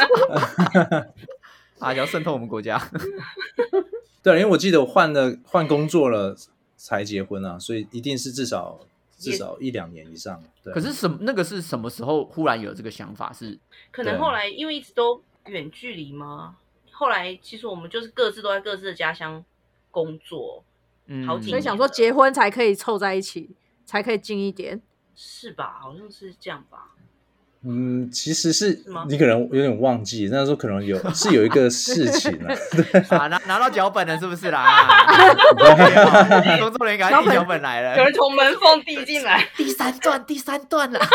Speaker 2: 啊，要渗透我们国家。
Speaker 3: 对，因为我记得我换了换工作了才结婚啊，所以一定是至少至少一两年以上。对，
Speaker 2: 可是什么那个是什么时候忽然有这个想法？是
Speaker 4: 可能后来因为一直都远距离吗？后来其实我们就是各自都在各自的家乡工作，
Speaker 2: 嗯
Speaker 4: 好几年
Speaker 1: 所以想说结婚才可以凑在一起，才可以近一点。
Speaker 4: 是吧？好像是这样吧。
Speaker 3: 嗯，其实是
Speaker 4: 是吗
Speaker 3: 你可能有点忘记，那时候可能有是有一个事情啊，
Speaker 2: 啊，拿拿到脚本了是不是啦？啊工作人员给他递脚本来了，
Speaker 4: 有人从门缝递进来。
Speaker 2: 第三段第三段了。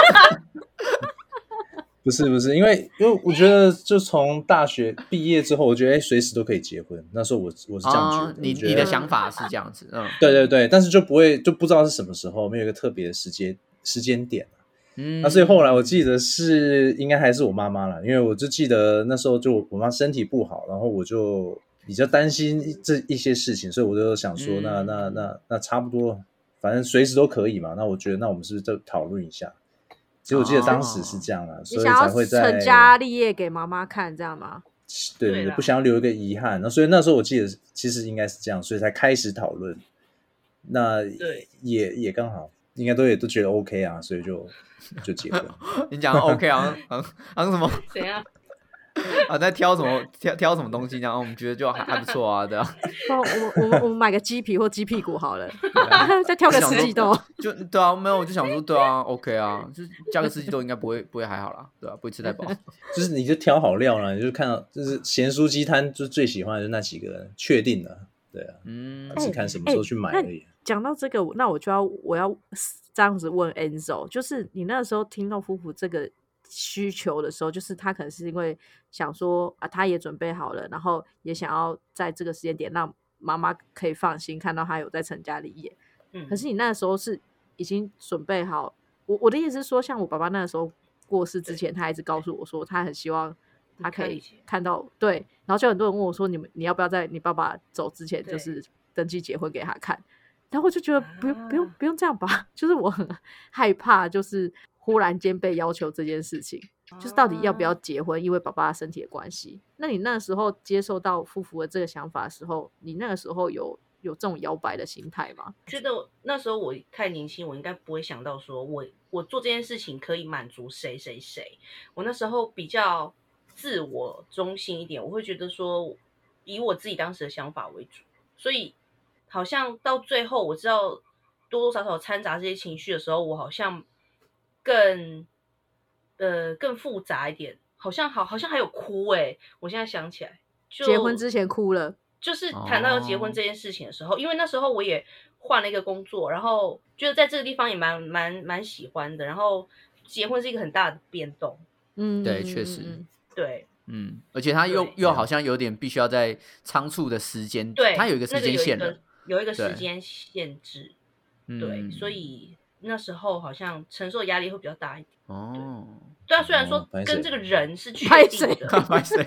Speaker 3: 不是不是，因为因为我觉得就从大学毕业之后，我觉得哎随时都可以结婚。那时候我我是这样觉得，
Speaker 2: 哦你
Speaker 3: 我觉得
Speaker 2: 你的想法是这样子，嗯
Speaker 3: 对对对，但是就不会就不知道是什么时候，没有一个特别的时间时间点。
Speaker 2: 嗯，
Speaker 3: 那、啊、所以后来我记得是应该还是我妈妈啦，因为我就记得那时候就我妈身体不好，然后我就比较担心这一些事情，所以我就想说，
Speaker 2: 嗯
Speaker 3: 那那那那差不多，反正随时都可以嘛。那我觉得那我们是不是就讨论一下？其实我记得当时是这样啊，
Speaker 1: 你
Speaker 3: 所以
Speaker 1: 想要
Speaker 3: 才会在
Speaker 1: 成家立业给妈妈看，这样吗？
Speaker 3: 对对，
Speaker 4: 对啦
Speaker 3: 不想要留一个遗憾。那所以那时候我记得其实应该是这样，所以才开始讨论。那
Speaker 4: 对
Speaker 3: 也也刚好，应该都也都觉得 OK 啊，所以就就结婚。
Speaker 2: 你讲 OK 好像好像好像什么
Speaker 4: 怎样？
Speaker 2: 啊，在挑什么挑挑什么东西，然后我们觉得就还还不错啊，对啊，
Speaker 1: 不然我们我们我们买个鸡皮或鸡屁股好了，再挑个四季豆。
Speaker 2: 就对啊，没有我就想说，对啊 ，OK 啊，就加个四季豆应该不会不会还好啦，对啊，不会吃太饱。
Speaker 3: 就是你就挑好料了，你就看到就是咸酥鸡摊就最喜欢的就那几个人，确定的，对啊，
Speaker 2: 嗯，
Speaker 3: 只看什么时候去买而已。
Speaker 1: 讲到这个，那我就要我要这样子问 Enzo， 就是你那时候听到夫妇这个需求的时候，就是他可能是因为想说啊，他也准备好了，然后也想要在这个时间点让妈妈可以放心看到他有在成家立业。
Speaker 4: 嗯，
Speaker 1: 可是你那时候是已经准备好，我我的意思是说，像我爸爸那时候过世之前，他一直告诉我说，他很希望他可以看到，对，然后就很多人问我说，你们你要不要在你爸爸走之前，就是登记结婚给他看？然后我就觉得不用、啊、不用不用这样吧，就是我很害怕，就是忽然间被要求这件事情，啊、就是到底要不要结婚，因为爸爸身体的关系。那你那时候接受到夫妇的这个想法的时候，你那个时候有有这种摇摆的心态吗？
Speaker 4: 觉得那时候我太年轻，我应该不会想到说我我做这件事情可以满足谁谁谁。我那时候比较自我中心一点，我会觉得说以我自己当时的想法为主，所以好像到最后我知道多多少少掺杂这些情绪的时候，我好像更呃更复杂一点，好像好好像还有哭哎、欸，我现在想起来，就
Speaker 1: 结婚之前哭了，
Speaker 4: 就是谈到要结婚这件事情的时候，哦、因为那时候我也换了一个工作，然后觉得在这个地方也蛮蛮蛮喜欢的，然后结婚是一个很大的变动，
Speaker 1: 嗯，
Speaker 2: 对，确实，
Speaker 4: 对。
Speaker 2: 嗯，而且他又又好像有点必须要在仓促的时间，
Speaker 4: 对，
Speaker 2: 他有一个时间线的，
Speaker 4: 有一个时间限制，
Speaker 2: 对，
Speaker 4: 对，所以那时候好像承受压力会比较大一点。
Speaker 2: 哦，
Speaker 4: 对啊，虽然说跟这个人是确定的，
Speaker 2: 拍谁？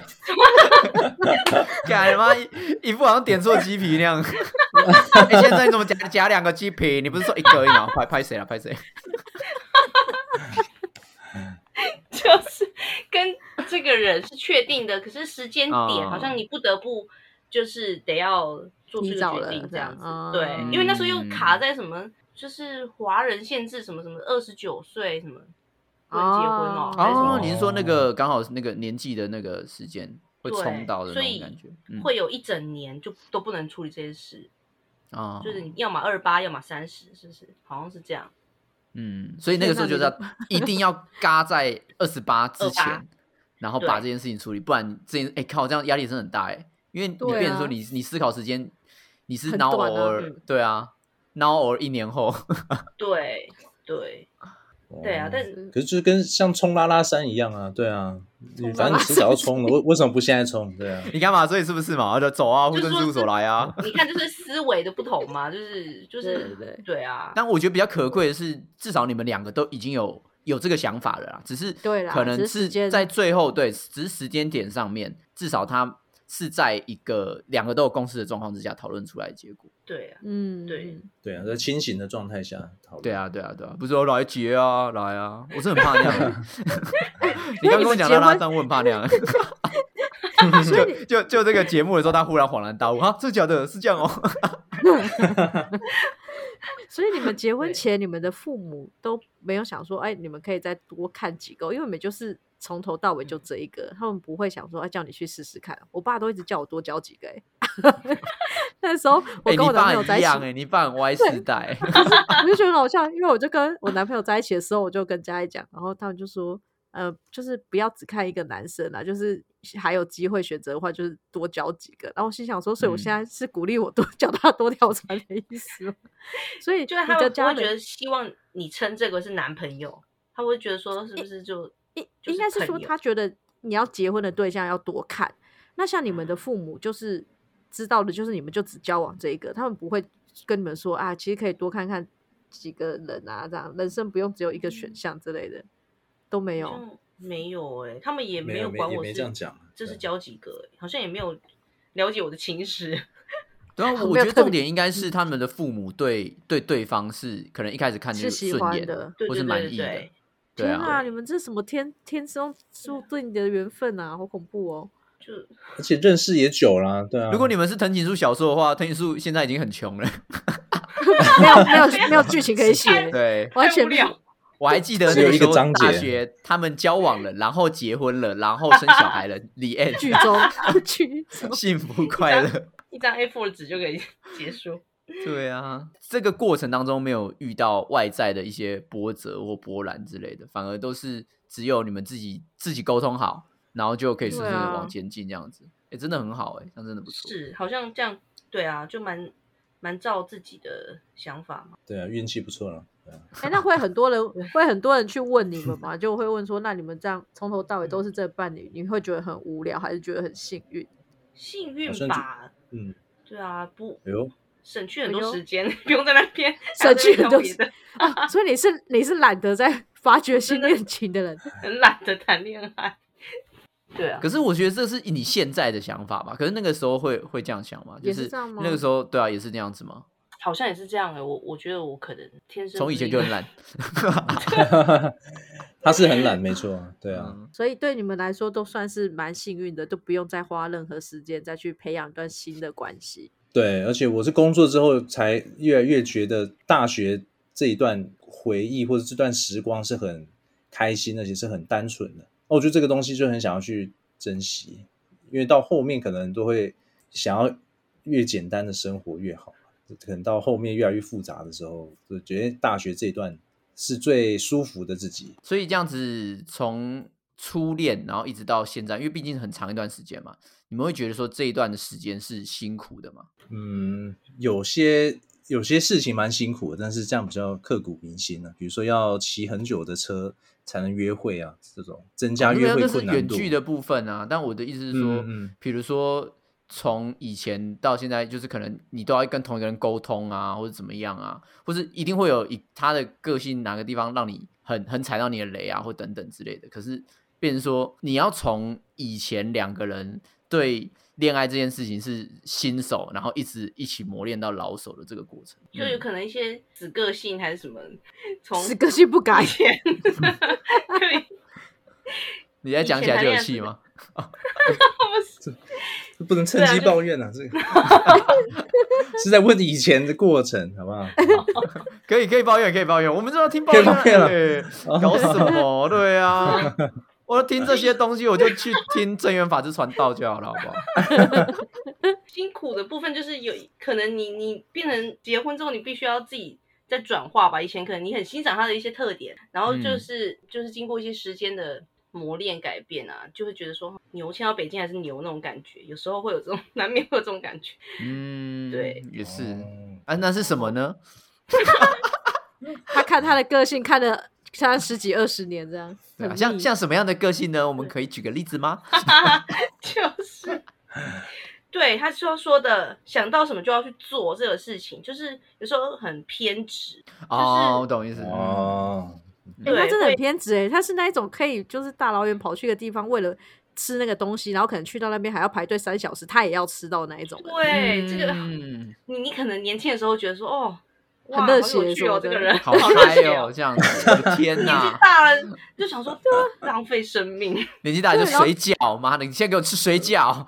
Speaker 2: 干嘛一副好像点错鸡皮那样？哎，现在你怎么夹夹两个鸡皮？你不是说一个而已吗？拍拍谁了？拍谁？
Speaker 4: 就是跟这个人是确定的，可是时间点、哦、好像你不得不就是得要做这个决定这样子，
Speaker 1: 哦、
Speaker 4: 对、嗯，因为那时候又卡在什么，就是华人限制什么什么二十九岁什么不能结婚哦。
Speaker 2: 哦，你是说那个刚好那个年纪的那个时间会冲到的那种感觉，
Speaker 4: 嗯、会有一整年就都不能处理这些事
Speaker 2: 啊、哦，
Speaker 4: 就是你要么二八，要么三十，是不是？好像是这样。
Speaker 2: 嗯，所以那个时候就是要一定要嘎在二十八之前，
Speaker 4: 二十八
Speaker 2: 然后把这件事情处理，不然这件哎靠，这样压力真的很大哎，因为你变成说你、啊、你思考时间你是 now or、啊、对啊 now or 一年后，
Speaker 4: 对对对啊，但
Speaker 3: 可是就跟像冲拉拉山一样啊，对啊，反正你迟早要冲的，为为什么不现在冲？对啊，
Speaker 2: 你干嘛？所以是不是嘛？就走啊，户政事务所来啊！
Speaker 4: 你看，就是思维的不同嘛，就是就是
Speaker 1: 对对
Speaker 4: 对啊。
Speaker 2: 但我觉得比较可贵的是，至少你们两个都已经有有这个想法了啦，只是可能是在最后对，只是时间点上面，至少他是在一个两个都有共识的状况之下讨论出来的结果。
Speaker 4: 对啊，
Speaker 1: 嗯，
Speaker 4: 对
Speaker 3: 对啊，在清醒的状态下讨论。
Speaker 2: 对啊，对啊，对啊，不是说来结啊，来啊，我是很怕那样。你刚跟我讲到拉上，我很怕那样。就就就这个节目的时候，他忽然恍然大悟，啊，这假的是这样哦。
Speaker 1: 所以你们结婚前，你们的父母都没有想说，哎，你们可以再多看几个，因为你们就是从头到尾就这一个，他们不会想说，哎，叫你去试试看。我爸都一直叫我多交几个、欸，哎，那时候我跟我男朋友在一起，
Speaker 2: 哎、欸，你爸很歪世代，
Speaker 1: 我就觉得很好笑，因为我就跟我男朋友在一起的时候，我就跟家里讲，然后他们就说。呃，就是不要只看一个男生啦，就是还有机会选择的话，就是多交几个。然后我心想说，所以我现在是鼓励我多叫他多跳船的意思吗？所以
Speaker 4: 就是他们不会觉得希望你称这个是男朋友，他会觉得说是不是就
Speaker 1: 应应该是说他觉得你要结婚的对象要多看。那像你们的父母就是知道的，就是你们就只交往这一个，他们不会跟你们说啊，其实可以多看看几个人啊，这样人生不用只有一个选项之类的。都没有，
Speaker 4: 没有哎、欸，他们也没有管我是
Speaker 3: 这样讲，
Speaker 4: 这是交几个、欸，好像也没有了解我的情史。
Speaker 2: 对啊，我觉得重点应该是他们的父母对对对方是可能一开始看就是
Speaker 1: 喜欢的，
Speaker 2: 或是满意的。
Speaker 4: 对
Speaker 2: 对啊，
Speaker 1: 天啊，你们这什么天天生注定的缘分啊，好恐怖哦！
Speaker 4: 就
Speaker 3: 而且认识也久了，对啊。
Speaker 2: 如果你们是藤井树小说的话，藤井树现在已经很穷了，
Speaker 1: 没有没有没有剧情可以写，
Speaker 2: 对，
Speaker 1: 完全没有。
Speaker 2: 我还记得那个时候大学他们交往了，然后结婚了，然后生小孩了。The end，
Speaker 1: 剧中剧中
Speaker 2: 幸福快乐，
Speaker 4: 一张 A 四 纸就可以结束。
Speaker 2: 对啊，这个过程当中没有遇到外在的一些波折或波澜之类的，反而都是只有你们自己自己沟通好，然后就可以顺顺的往前进这样子。哎、啊欸，真的很好哎、欸，这样真的不错。
Speaker 4: 是，好像这样，对啊，就蛮蛮照自己的想法嘛。
Speaker 3: 对啊，运气不错了。
Speaker 1: 哎、欸，那会很多人会很多人去问你们吗？就会问说，那你们这样从头到尾都是这伴侣，你会觉得很无聊，还是觉得很幸运？
Speaker 4: 幸运吧，
Speaker 3: 嗯，
Speaker 4: 对啊，不，
Speaker 3: 哎呦，
Speaker 4: 省去很多时间，不用在那边
Speaker 1: 省去很多时间啊。所以你是你是懒得在发掘新恋情的人，
Speaker 4: 很懒得谈恋爱。对啊，
Speaker 2: 可是我觉得这是你现在的想法吧？可是那个时候会会这样想吗？就是、
Speaker 1: 也是这样吗？
Speaker 2: 那个时候对啊，也是这样子吗？
Speaker 4: 好像也是这样哎、欸，我我觉得我可能天生
Speaker 2: 从以前就很懒，
Speaker 3: 他是很懒，没错，对啊、
Speaker 1: 嗯。所以对你们来说都算是蛮幸运的，都不用再花任何时间再去培养一段新的关系。
Speaker 3: 对，而且我是工作之后才越来越觉得大学这一段回忆或者这段时光是很开心，而且是很单纯的。我觉得这个东西就很想要去珍惜，因为到后面可能都会想要越简单的生活越好。可能到后面越来越复杂的时候，就觉得大学这一段是最舒服的自己。
Speaker 2: 所以这样子从初恋然后一直到现在，因为毕竟很长一段时间嘛，你们会觉得说这一段的时间是辛苦的吗？
Speaker 3: 嗯，有些有些事情蛮辛苦的，但是这样比较刻骨铭心啊。比如说要骑很久的车才能约会啊，这种增加约会困难度。
Speaker 2: 哦、那是远距的部分啊，但我的意思是说，嗯嗯比如说。从以前到现在，就是可能你都要跟同一个人沟通啊，或者怎么样啊，或是一定会有他的个性哪个地方让你很很踩到你的雷啊，或等等之类的。可是变成说，你要从以前两个人对恋爱这件事情是新手，然后一直一起磨练到老手的这个过程，
Speaker 4: 就有可能一些死个性还是什么，从
Speaker 1: 死个性不改。
Speaker 2: 你在讲起来就有气吗？
Speaker 3: 这不能趁机抱怨啊！这个是在问以前的过程，好不好？
Speaker 2: 可以，可以抱怨，可以抱怨。我们就要听抱怨了，欸、搞什么？对啊，我听这些东西，我就去听正缘法之传道就好了，好不好？
Speaker 4: 辛苦的部分就是有可能你你变成结婚之后，你必须要自己再转化吧。以前可能你很欣赏他的一些特点，然后就是、嗯、就是经过一些时间的磨练改变啊，就会觉得说牛迁到北京还是牛那种感觉，有时候会有这种难免会有这种感觉。
Speaker 2: 嗯，
Speaker 4: 对，
Speaker 2: 也是。啊，那是什么呢？
Speaker 1: 他看他的个性看了像十几二十年这样，
Speaker 2: 啊、像像什么样的个性呢？我们可以举个例子吗？
Speaker 4: 就是对他说说的，想到什么就要去做这个事情，就是有时候很偏执。
Speaker 2: 哦，
Speaker 4: 就是、
Speaker 2: 我懂意思。
Speaker 3: 哦。
Speaker 1: 欸、他真的很偏执哎，他是那一种可以就是大老远跑去一个地方，为了吃那个东西，然后可能去到那边还要排队三小时，他也要吃到那一种人。
Speaker 4: 对，
Speaker 2: 嗯、
Speaker 4: 这个你你可能年轻的时候觉得说哦。哇，
Speaker 1: 很热血
Speaker 4: 好有趣哦，这个人
Speaker 2: 好嗨哦，这样子，我的天哪！
Speaker 4: 年纪大了就想说，对啊，浪费生命。
Speaker 2: 年纪大了就水饺，妈的，你现在给我吃水饺。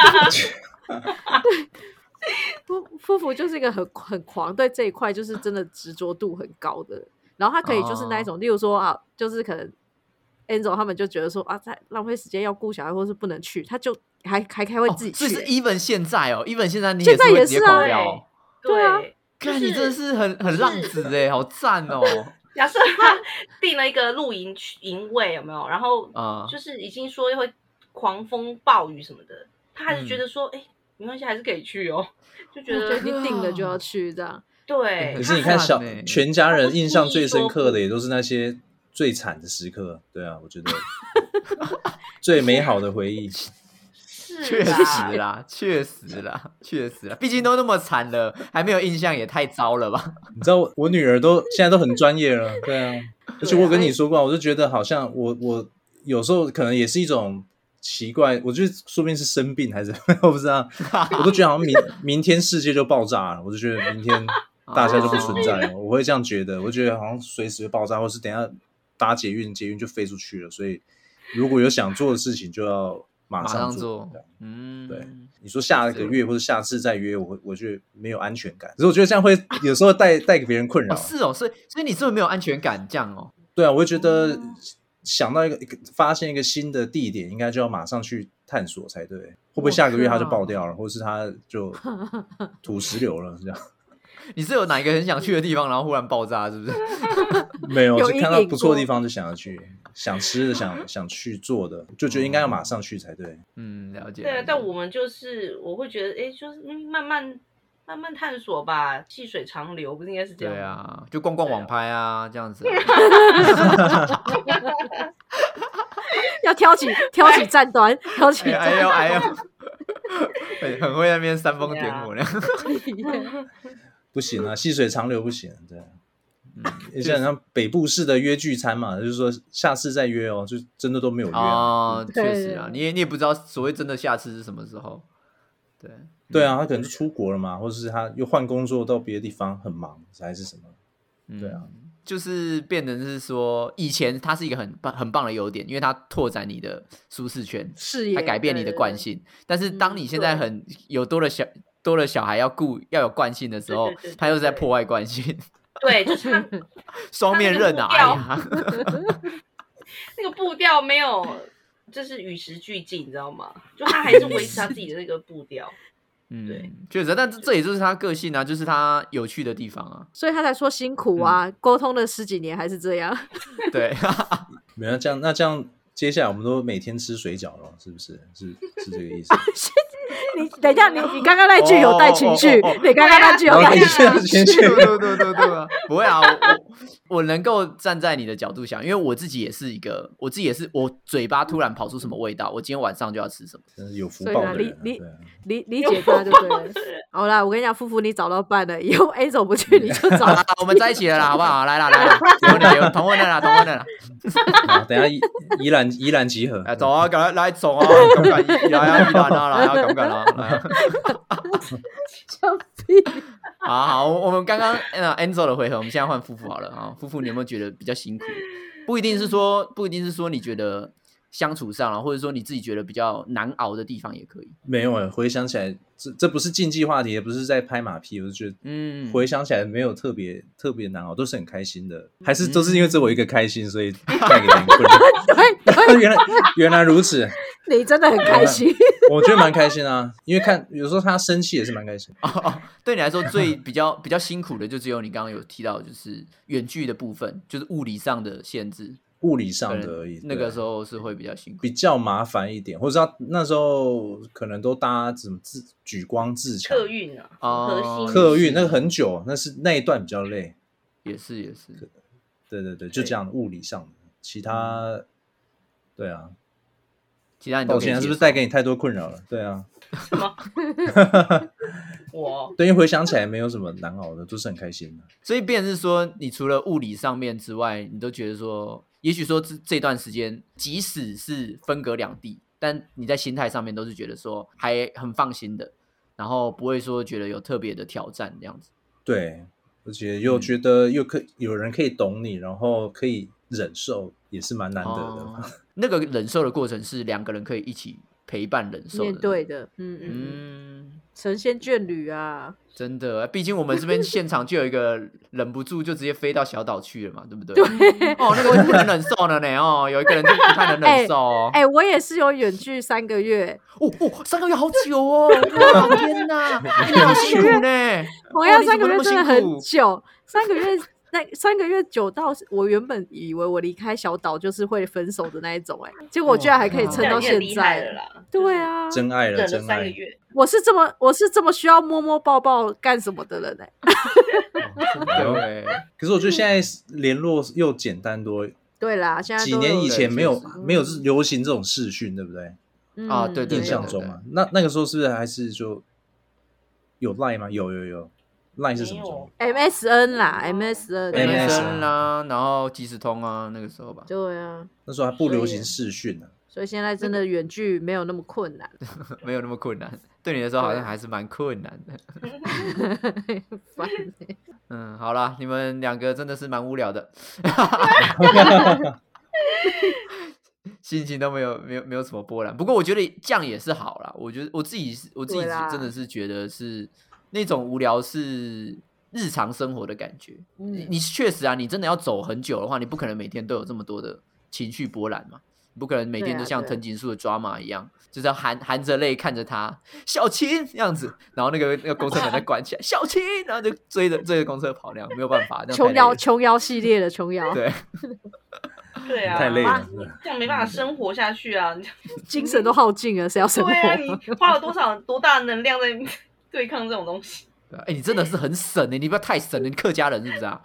Speaker 1: 夫夫妇就是一个很很狂，对这一块就是真的执着度很高的。然后他可以就是那一种，哦、例如说啊，就是可能 Enzo 他们就觉得说啊，在浪费时间要顾小孩，或是不能去，他就还还还会自己去、欸。
Speaker 2: 所以是 even 现在哦 ，even 现在你
Speaker 1: 也是会
Speaker 2: 直接狂飙、哦。
Speaker 1: 对啊。
Speaker 2: 看、就是、你真的是很很浪子哎，好赞哦！
Speaker 4: 假设他订了一个露营营位，有没有？然后就是已经说会狂风暴雨什么的，他还是觉得说，哎、嗯，没关系，还是可以去哦，就觉得
Speaker 1: 你定了就要去这样。
Speaker 4: 对，
Speaker 3: 可是你看小全家人印象最深刻的也都是那些最惨的时刻，对啊，我觉得最美好的回忆。
Speaker 2: 确实啦，确实啦，确实啦，毕竟都那么惨了，还没有印象也太糟了吧？
Speaker 3: 你知道我我女儿都现在都很专业了，对啊，而且我跟你说过，我就觉得好像我我有时候可能也是一种奇怪，我觉得说不定是生病还是我不知道，我都觉得好像明明天世界就爆炸了，我就觉得明天大家就不存在了，我会这样觉得，我觉得好像随时会爆炸，或是等一下搭捷运，捷运就飞出去了，所以如果有想做的事情就要。马上 做,
Speaker 2: 上做嗯，
Speaker 3: 对，你说下个月或者下次再约，我我觉得没有安全感，可是我觉得这样会有时候带带给别人困扰、
Speaker 2: 哦。是哦，所以所以你这么没有安全感，这样哦？
Speaker 3: 对啊，我会觉得想到一个一个发现一个新的地点，应该就要马上去探索才对。会不会下个月它就爆掉了，或是它就土石流了？这样？
Speaker 2: 你是有哪一个很想去的地方，然后忽然爆炸，是不是？
Speaker 3: 没有，就看到不错的地方就想要去。想吃的想想去做的，就觉得应该要马上去才对。
Speaker 2: 嗯，了解。
Speaker 4: 对啊，但我们就是我会觉得，哎，就是慢慢慢慢探索吧，细水长流，不是应该是这样？
Speaker 2: 对啊，就逛逛网拍啊，这样子、啊。
Speaker 1: 要挑起挑起战端，挑起
Speaker 2: 哎呦哎呦，很会在那边煽风点火呢。
Speaker 3: 不行啊，细水长流不行，对。嗯，也像像北部式的约聚餐嘛，就是说下次再约哦，就真的都没有约、啊、
Speaker 2: 哦，确实啊，你也你也不知道所谓真的下次是什么时候，对
Speaker 3: 对啊，他可能就出国了嘛，或者是他又换工作到别的地方很忙还是什么，对啊、嗯，
Speaker 2: 就是变成是说以前它是一个很棒很棒的优点，因为它拓展你的舒适圈，
Speaker 1: 视野，
Speaker 2: 它改变你的惯性，对对对，但是当你现在很、嗯、有多了小多了小孩要顾要有惯性的时候，他又在破坏惯性。
Speaker 4: 对，就是
Speaker 2: 双面刃啊！哎呀，
Speaker 4: 那个步调没有，就是与时俱进，你知道吗？就他还是维持他自己的那个步调。
Speaker 2: 嗯，
Speaker 4: 对，
Speaker 2: 确实，但这也就是他个性啊，就是他有趣的地方啊，
Speaker 1: 所以他才说辛苦啊，嗯、沟通了十几年还是这样。
Speaker 2: 对，
Speaker 3: 没有这样，那这样接下来我们都每天吃水饺了，是不是？是是这个意思？
Speaker 1: 你等一下，你你刚刚那句有带情绪，你刚刚那句有带情绪，
Speaker 2: 对对对对对，不会啊，我我能够站在你的角度想，因为我自己也是一个，我自己也是，我嘴巴突然跑出什么味道，我今天晚上就要吃什么，
Speaker 3: 真是有福报的人，
Speaker 1: 理理理解他就对了。好啦，我跟你讲，夫妇你找到伴了，以后 A 走不去你就找，
Speaker 2: 我们在一起了啦，好不好？来啦来啦，结婚了结婚，同婚了啦，同婚了啦。
Speaker 3: 好，等一下宜宜兰宜兰集合，
Speaker 2: 哎，走啊，赶快来走啊，敢不敢宜来啊，宜兰啊，来啊，敢不敢啊？来啊！
Speaker 1: 笑屁！
Speaker 2: 好好，我们刚刚呃 Enzo 的回合，我们现在换夫妇好了啊。夫妇，你有没有觉得比较辛苦？不一定是说，不一定是说你觉得相处上啊，或者说你自己觉得比较难熬的地方也可以。
Speaker 3: 没有哎，回想起来，这这不是禁忌话题，也不是在拍马屁，我就觉得，嗯，回想起来没有特别特别难熬，都是很开心的，还是都是因为只有我一个开心，所以带给人困扰。原来原来如此，
Speaker 1: 你真的很开心。
Speaker 3: 我觉得蛮开心啊，因为看有时候他生气也是蛮开心。
Speaker 2: 哦哦，对你来说最比较比较辛苦的，就只有你刚刚有提到，就是远距的部分，就是物理上的限制。
Speaker 3: 物理上的而已，
Speaker 2: 那个时候是会比较辛苦，
Speaker 3: 比较麻烦一点，或者他那时候可能都搭什么自举光自强
Speaker 4: 客运啊，核心
Speaker 3: 客运那个很久，那是那一段比较累，
Speaker 2: 也是也是，
Speaker 3: 对对对，就这样物理上的，其他、嗯、对啊，
Speaker 2: 其他你都可以接受。
Speaker 3: 抱歉，是不是带给你太多困扰了？对啊，
Speaker 4: 什么？我
Speaker 3: 对，因为回想起来没有什么难熬的，都是很开心的。
Speaker 2: 所以变成是说，你除了物理上面之外，你都觉得说。也许说这这段时间，即使是分隔两地， 但你在心态上面都是觉得说还很放心的，然后不会说觉得有特别的挑战这样子。
Speaker 3: 对，而且又觉得又可有人可以懂你，然后可以忍受，也是蛮难得的。
Speaker 2: 哦、那个忍受的过程是两个人可以一起陪伴忍受的，
Speaker 1: 面对的，嗯嗯嗯，神仙眷侣啊，
Speaker 2: 真的，毕竟我们这边现场就有一个忍不住就直接飞到小岛去了嘛，对不对？
Speaker 1: 对，
Speaker 2: 哦，那个不能忍受了呢，哦，有一个人就不太能忍受哦。
Speaker 1: 哎、欸欸，我也是有远距三个月，
Speaker 2: 哦哦，三个月好久哦，哇天哪，你好辛苦呢。
Speaker 1: 同样三个月真的很久，三个月。那三个月久到我原本以为我离开小岛就是会分手的那一种、欸，哎，结果我居然还可以撑到现在
Speaker 4: 了啦。
Speaker 1: 对啊，
Speaker 3: 真爱了，真爱。
Speaker 1: 我是这么我是这么需要摸摸抱抱干什么的人哎、
Speaker 3: 欸。对，可是我觉得现在联络又简单多。
Speaker 1: 对啦，现在
Speaker 3: 几年以前没有没有流行这种视讯，对不对？
Speaker 1: 嗯、
Speaker 2: 啊，对对，
Speaker 3: 印象中啊，那那个时候是不是还是就有 Line 吗？有有有。Line 是什么
Speaker 1: ？M S N 啦 ，M S N，M
Speaker 2: S N 啦，然后即时通啊，那个时候吧。
Speaker 1: 对啊，
Speaker 3: 那时候还不流行视讯呢、
Speaker 1: 啊，所以现在真的远距没有那么困难，
Speaker 2: 没有那么困难。对你来说好像还是蛮困难的。嗯，好啦，你们两个真的是蛮无聊的，心情都没有没有没有什么波澜。不过我觉得这样也是好啦，我觉得我自己我自己真的是觉得是。那种无聊是日常生活的感觉，嗯、你确实啊，你真的要走很久的话，你不可能每天都有这么多的情绪波澜嘛，你不可能每天都像藤井树的抓马一样，啊、就是要含含着泪看着他小青这样子，然后那个那个公车门再关起来，小青，然后就追着追着公车跑那样，没有办法，
Speaker 1: 琼瑶琼瑶系列的琼瑶，
Speaker 2: 对。
Speaker 4: 对啊，
Speaker 3: 太累了，
Speaker 4: 这样没办法生活下去啊，
Speaker 1: 精神都耗尽了，谁要生活？
Speaker 4: 对啊，你花了多少多大的能量在对抗这种东西？
Speaker 2: 哎、欸，你真的是很省哎、欸，你不要太省了，你客家人是不是啊？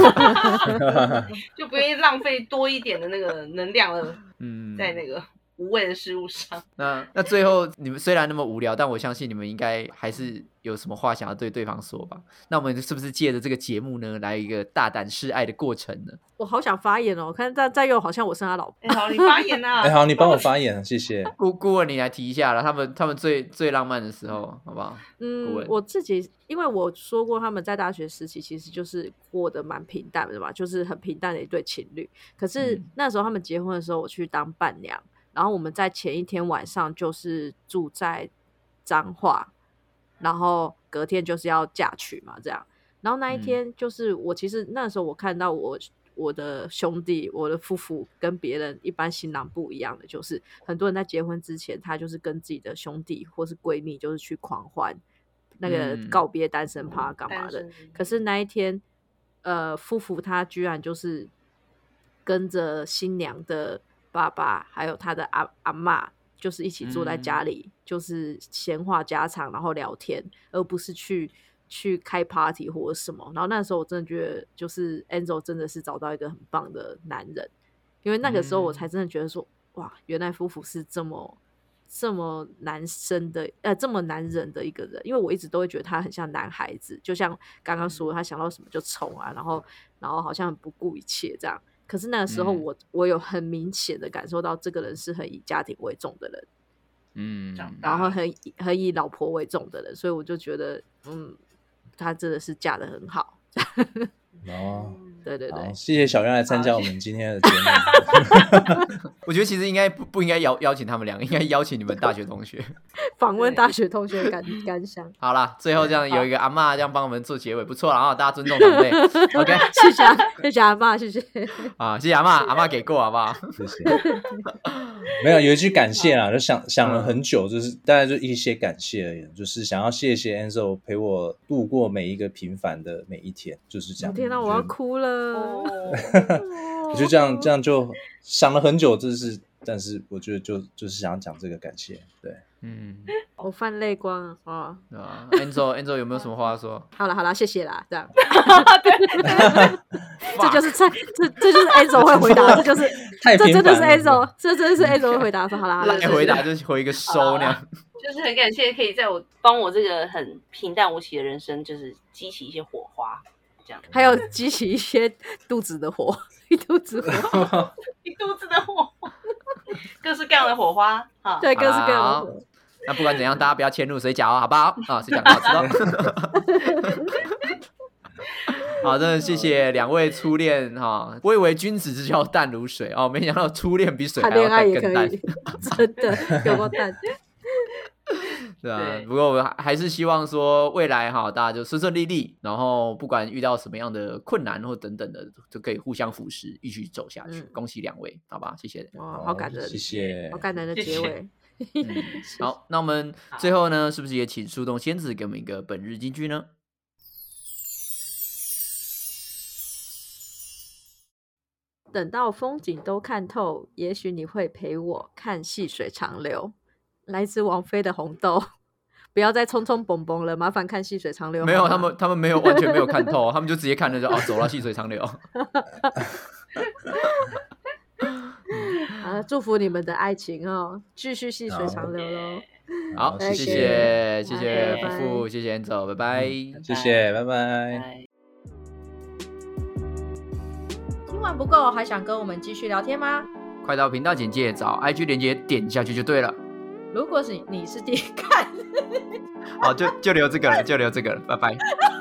Speaker 4: 就不愿意浪费多一点的那个能量了，嗯，在那个无谓的事物上。
Speaker 2: 那那最后你们虽然那么无聊，但我相信你们应该还是有什么话想要对对方说吧？那我们是不是借着这个节目呢，来一个大胆示爱的过程呢？
Speaker 1: 我好想发言哦，看在在又好像我是他老婆。
Speaker 4: 哎、欸，好，你发言啊！
Speaker 3: 哎、欸，好，你帮我发言，谢谢。
Speaker 2: 顾顾问，你来提一下了，他们他们最最浪漫的时候，好不好？
Speaker 1: 嗯，我自己因为我说过，他们在大学时期其实就是过得蛮平淡的嘛，就是很平淡的一对情侣。可是那时候他们结婚的时候，我去当伴娘，然后我们在前一天晚上就是住在彰化，然后隔天就是要嫁娶嘛，这样。然后那一天就是我其实那时候我看到我。我的兄弟，我的夫妇跟别人一般新郎不一样的，就是很多人在结婚之前，他就是跟自己的兄弟或是闺蜜，就是去狂欢那个告别单身趴干嘛的。嗯、可是那一天，呃，夫妇他居然就是跟着新娘的爸爸还有他的阿阿嬷，就是一起坐在家里，嗯、就是闲话家常，然后聊天，而不是去。去开 party 或者什么，然后那时候我真的觉得，就是 Enzo 真的是找到一个很棒的男人，因为那个时候我才真的觉得说，嗯、哇，原来夫妇是这么这么男生的，呃，这么男人的一个人。因为我一直都会觉得他很像男孩子，就像刚刚说，他想到什么就冲啊，然后然后好像很不顾一切这样。可是那个时候我，我、嗯、我有很明显的感受到，这个人是很以家庭为重的人，嗯，然后很很以老婆为重的人，所以我就觉得，嗯。她真的是嫁得很好
Speaker 3: 哦，
Speaker 1: 对对对，
Speaker 3: 谢谢小渊来参加我们今天的节目。
Speaker 2: 我觉得其实应该不不应该邀邀请他们两个，应该邀请你们大学同学
Speaker 1: 访问大学同学感感想。
Speaker 2: 好啦，最后这样有一个阿嬷这样帮我们做结尾，不错啦，然后大家尊重长辈。OK，
Speaker 1: 谢谢谢谢阿嬷，谢谢
Speaker 2: 啊，谢谢阿嬷，阿嬷给过好不好？
Speaker 3: 谢谢。没有有一句感谢啦，就想想了很久，就是大概就一些感谢而已，就是想要谢谢 Enzo 陪我度过每一个平凡的每一天，就是这样。
Speaker 1: 天哪，我要哭了！
Speaker 3: 我就这样这样就想了很久，就是但是我觉得就就是想要讲这个感谢，对，
Speaker 2: 嗯，
Speaker 1: 我泛泪光啊！
Speaker 2: 啊 ，Enzo Enzo 有没有什么话说？
Speaker 1: 好了好了，谢谢啦，这样。这就是这这这就是 Enzo 会回答，这就是
Speaker 3: 太
Speaker 1: 这真的是 Enzo， 这真的是 Enzo 会回答说好啦好啦，
Speaker 2: 回答就是回一个收那样。
Speaker 4: 就是很感谢可以在我帮我这个很平淡无奇的人生，就是激起一些火花。这样
Speaker 1: 还有激起一些肚子的火， 一肚子火花，
Speaker 4: 一肚子的火花，各式各样的火花哈。
Speaker 1: 对，各式各样的火花。
Speaker 2: 那不管怎样，大家不要迁入水饺哦，好不好？啊，水饺好吃哦。好，真的谢谢两位初恋哈，我以为君子之交淡如水哦，没想到初恋比水还要淡更淡，
Speaker 1: 真的有够淡。
Speaker 2: 对啊，对，不过我还是希望说未来哈，大家就顺顺利利，然后不管遇到什么样的困难或等等的，就可以互相扶持，一起走下去。嗯、恭喜两位，好吧，谢谢。
Speaker 1: 哇，好感人，
Speaker 3: 谢谢，
Speaker 1: 好感人的结尾。
Speaker 2: 嗯、好，那我们最后呢，是不是也请树洞仙子给我们一个本日金句呢？
Speaker 1: 等到风景都看透，也许你会陪我看细水长流。来自王菲的《红豆》，不要再匆匆蹦蹦了，麻烦看细水长流。
Speaker 2: 没有，他们他们没有完全没有看透，他们就直接看着就哦，走了细水长流。
Speaker 1: 啊，祝福你们的爱情哦，继续细水长流喽。
Speaker 2: 好，谢谢谢谢夫妇，谢谢Enzo，拜拜，
Speaker 3: 谢谢，拜拜。
Speaker 1: 听完不够，还想跟我们继续聊天吗？
Speaker 2: 快到频道简介找 I G 连结点下去就对了。
Speaker 1: 如果是你是第一看，
Speaker 2: 好，就就留这个了，就留这个了，拜拜。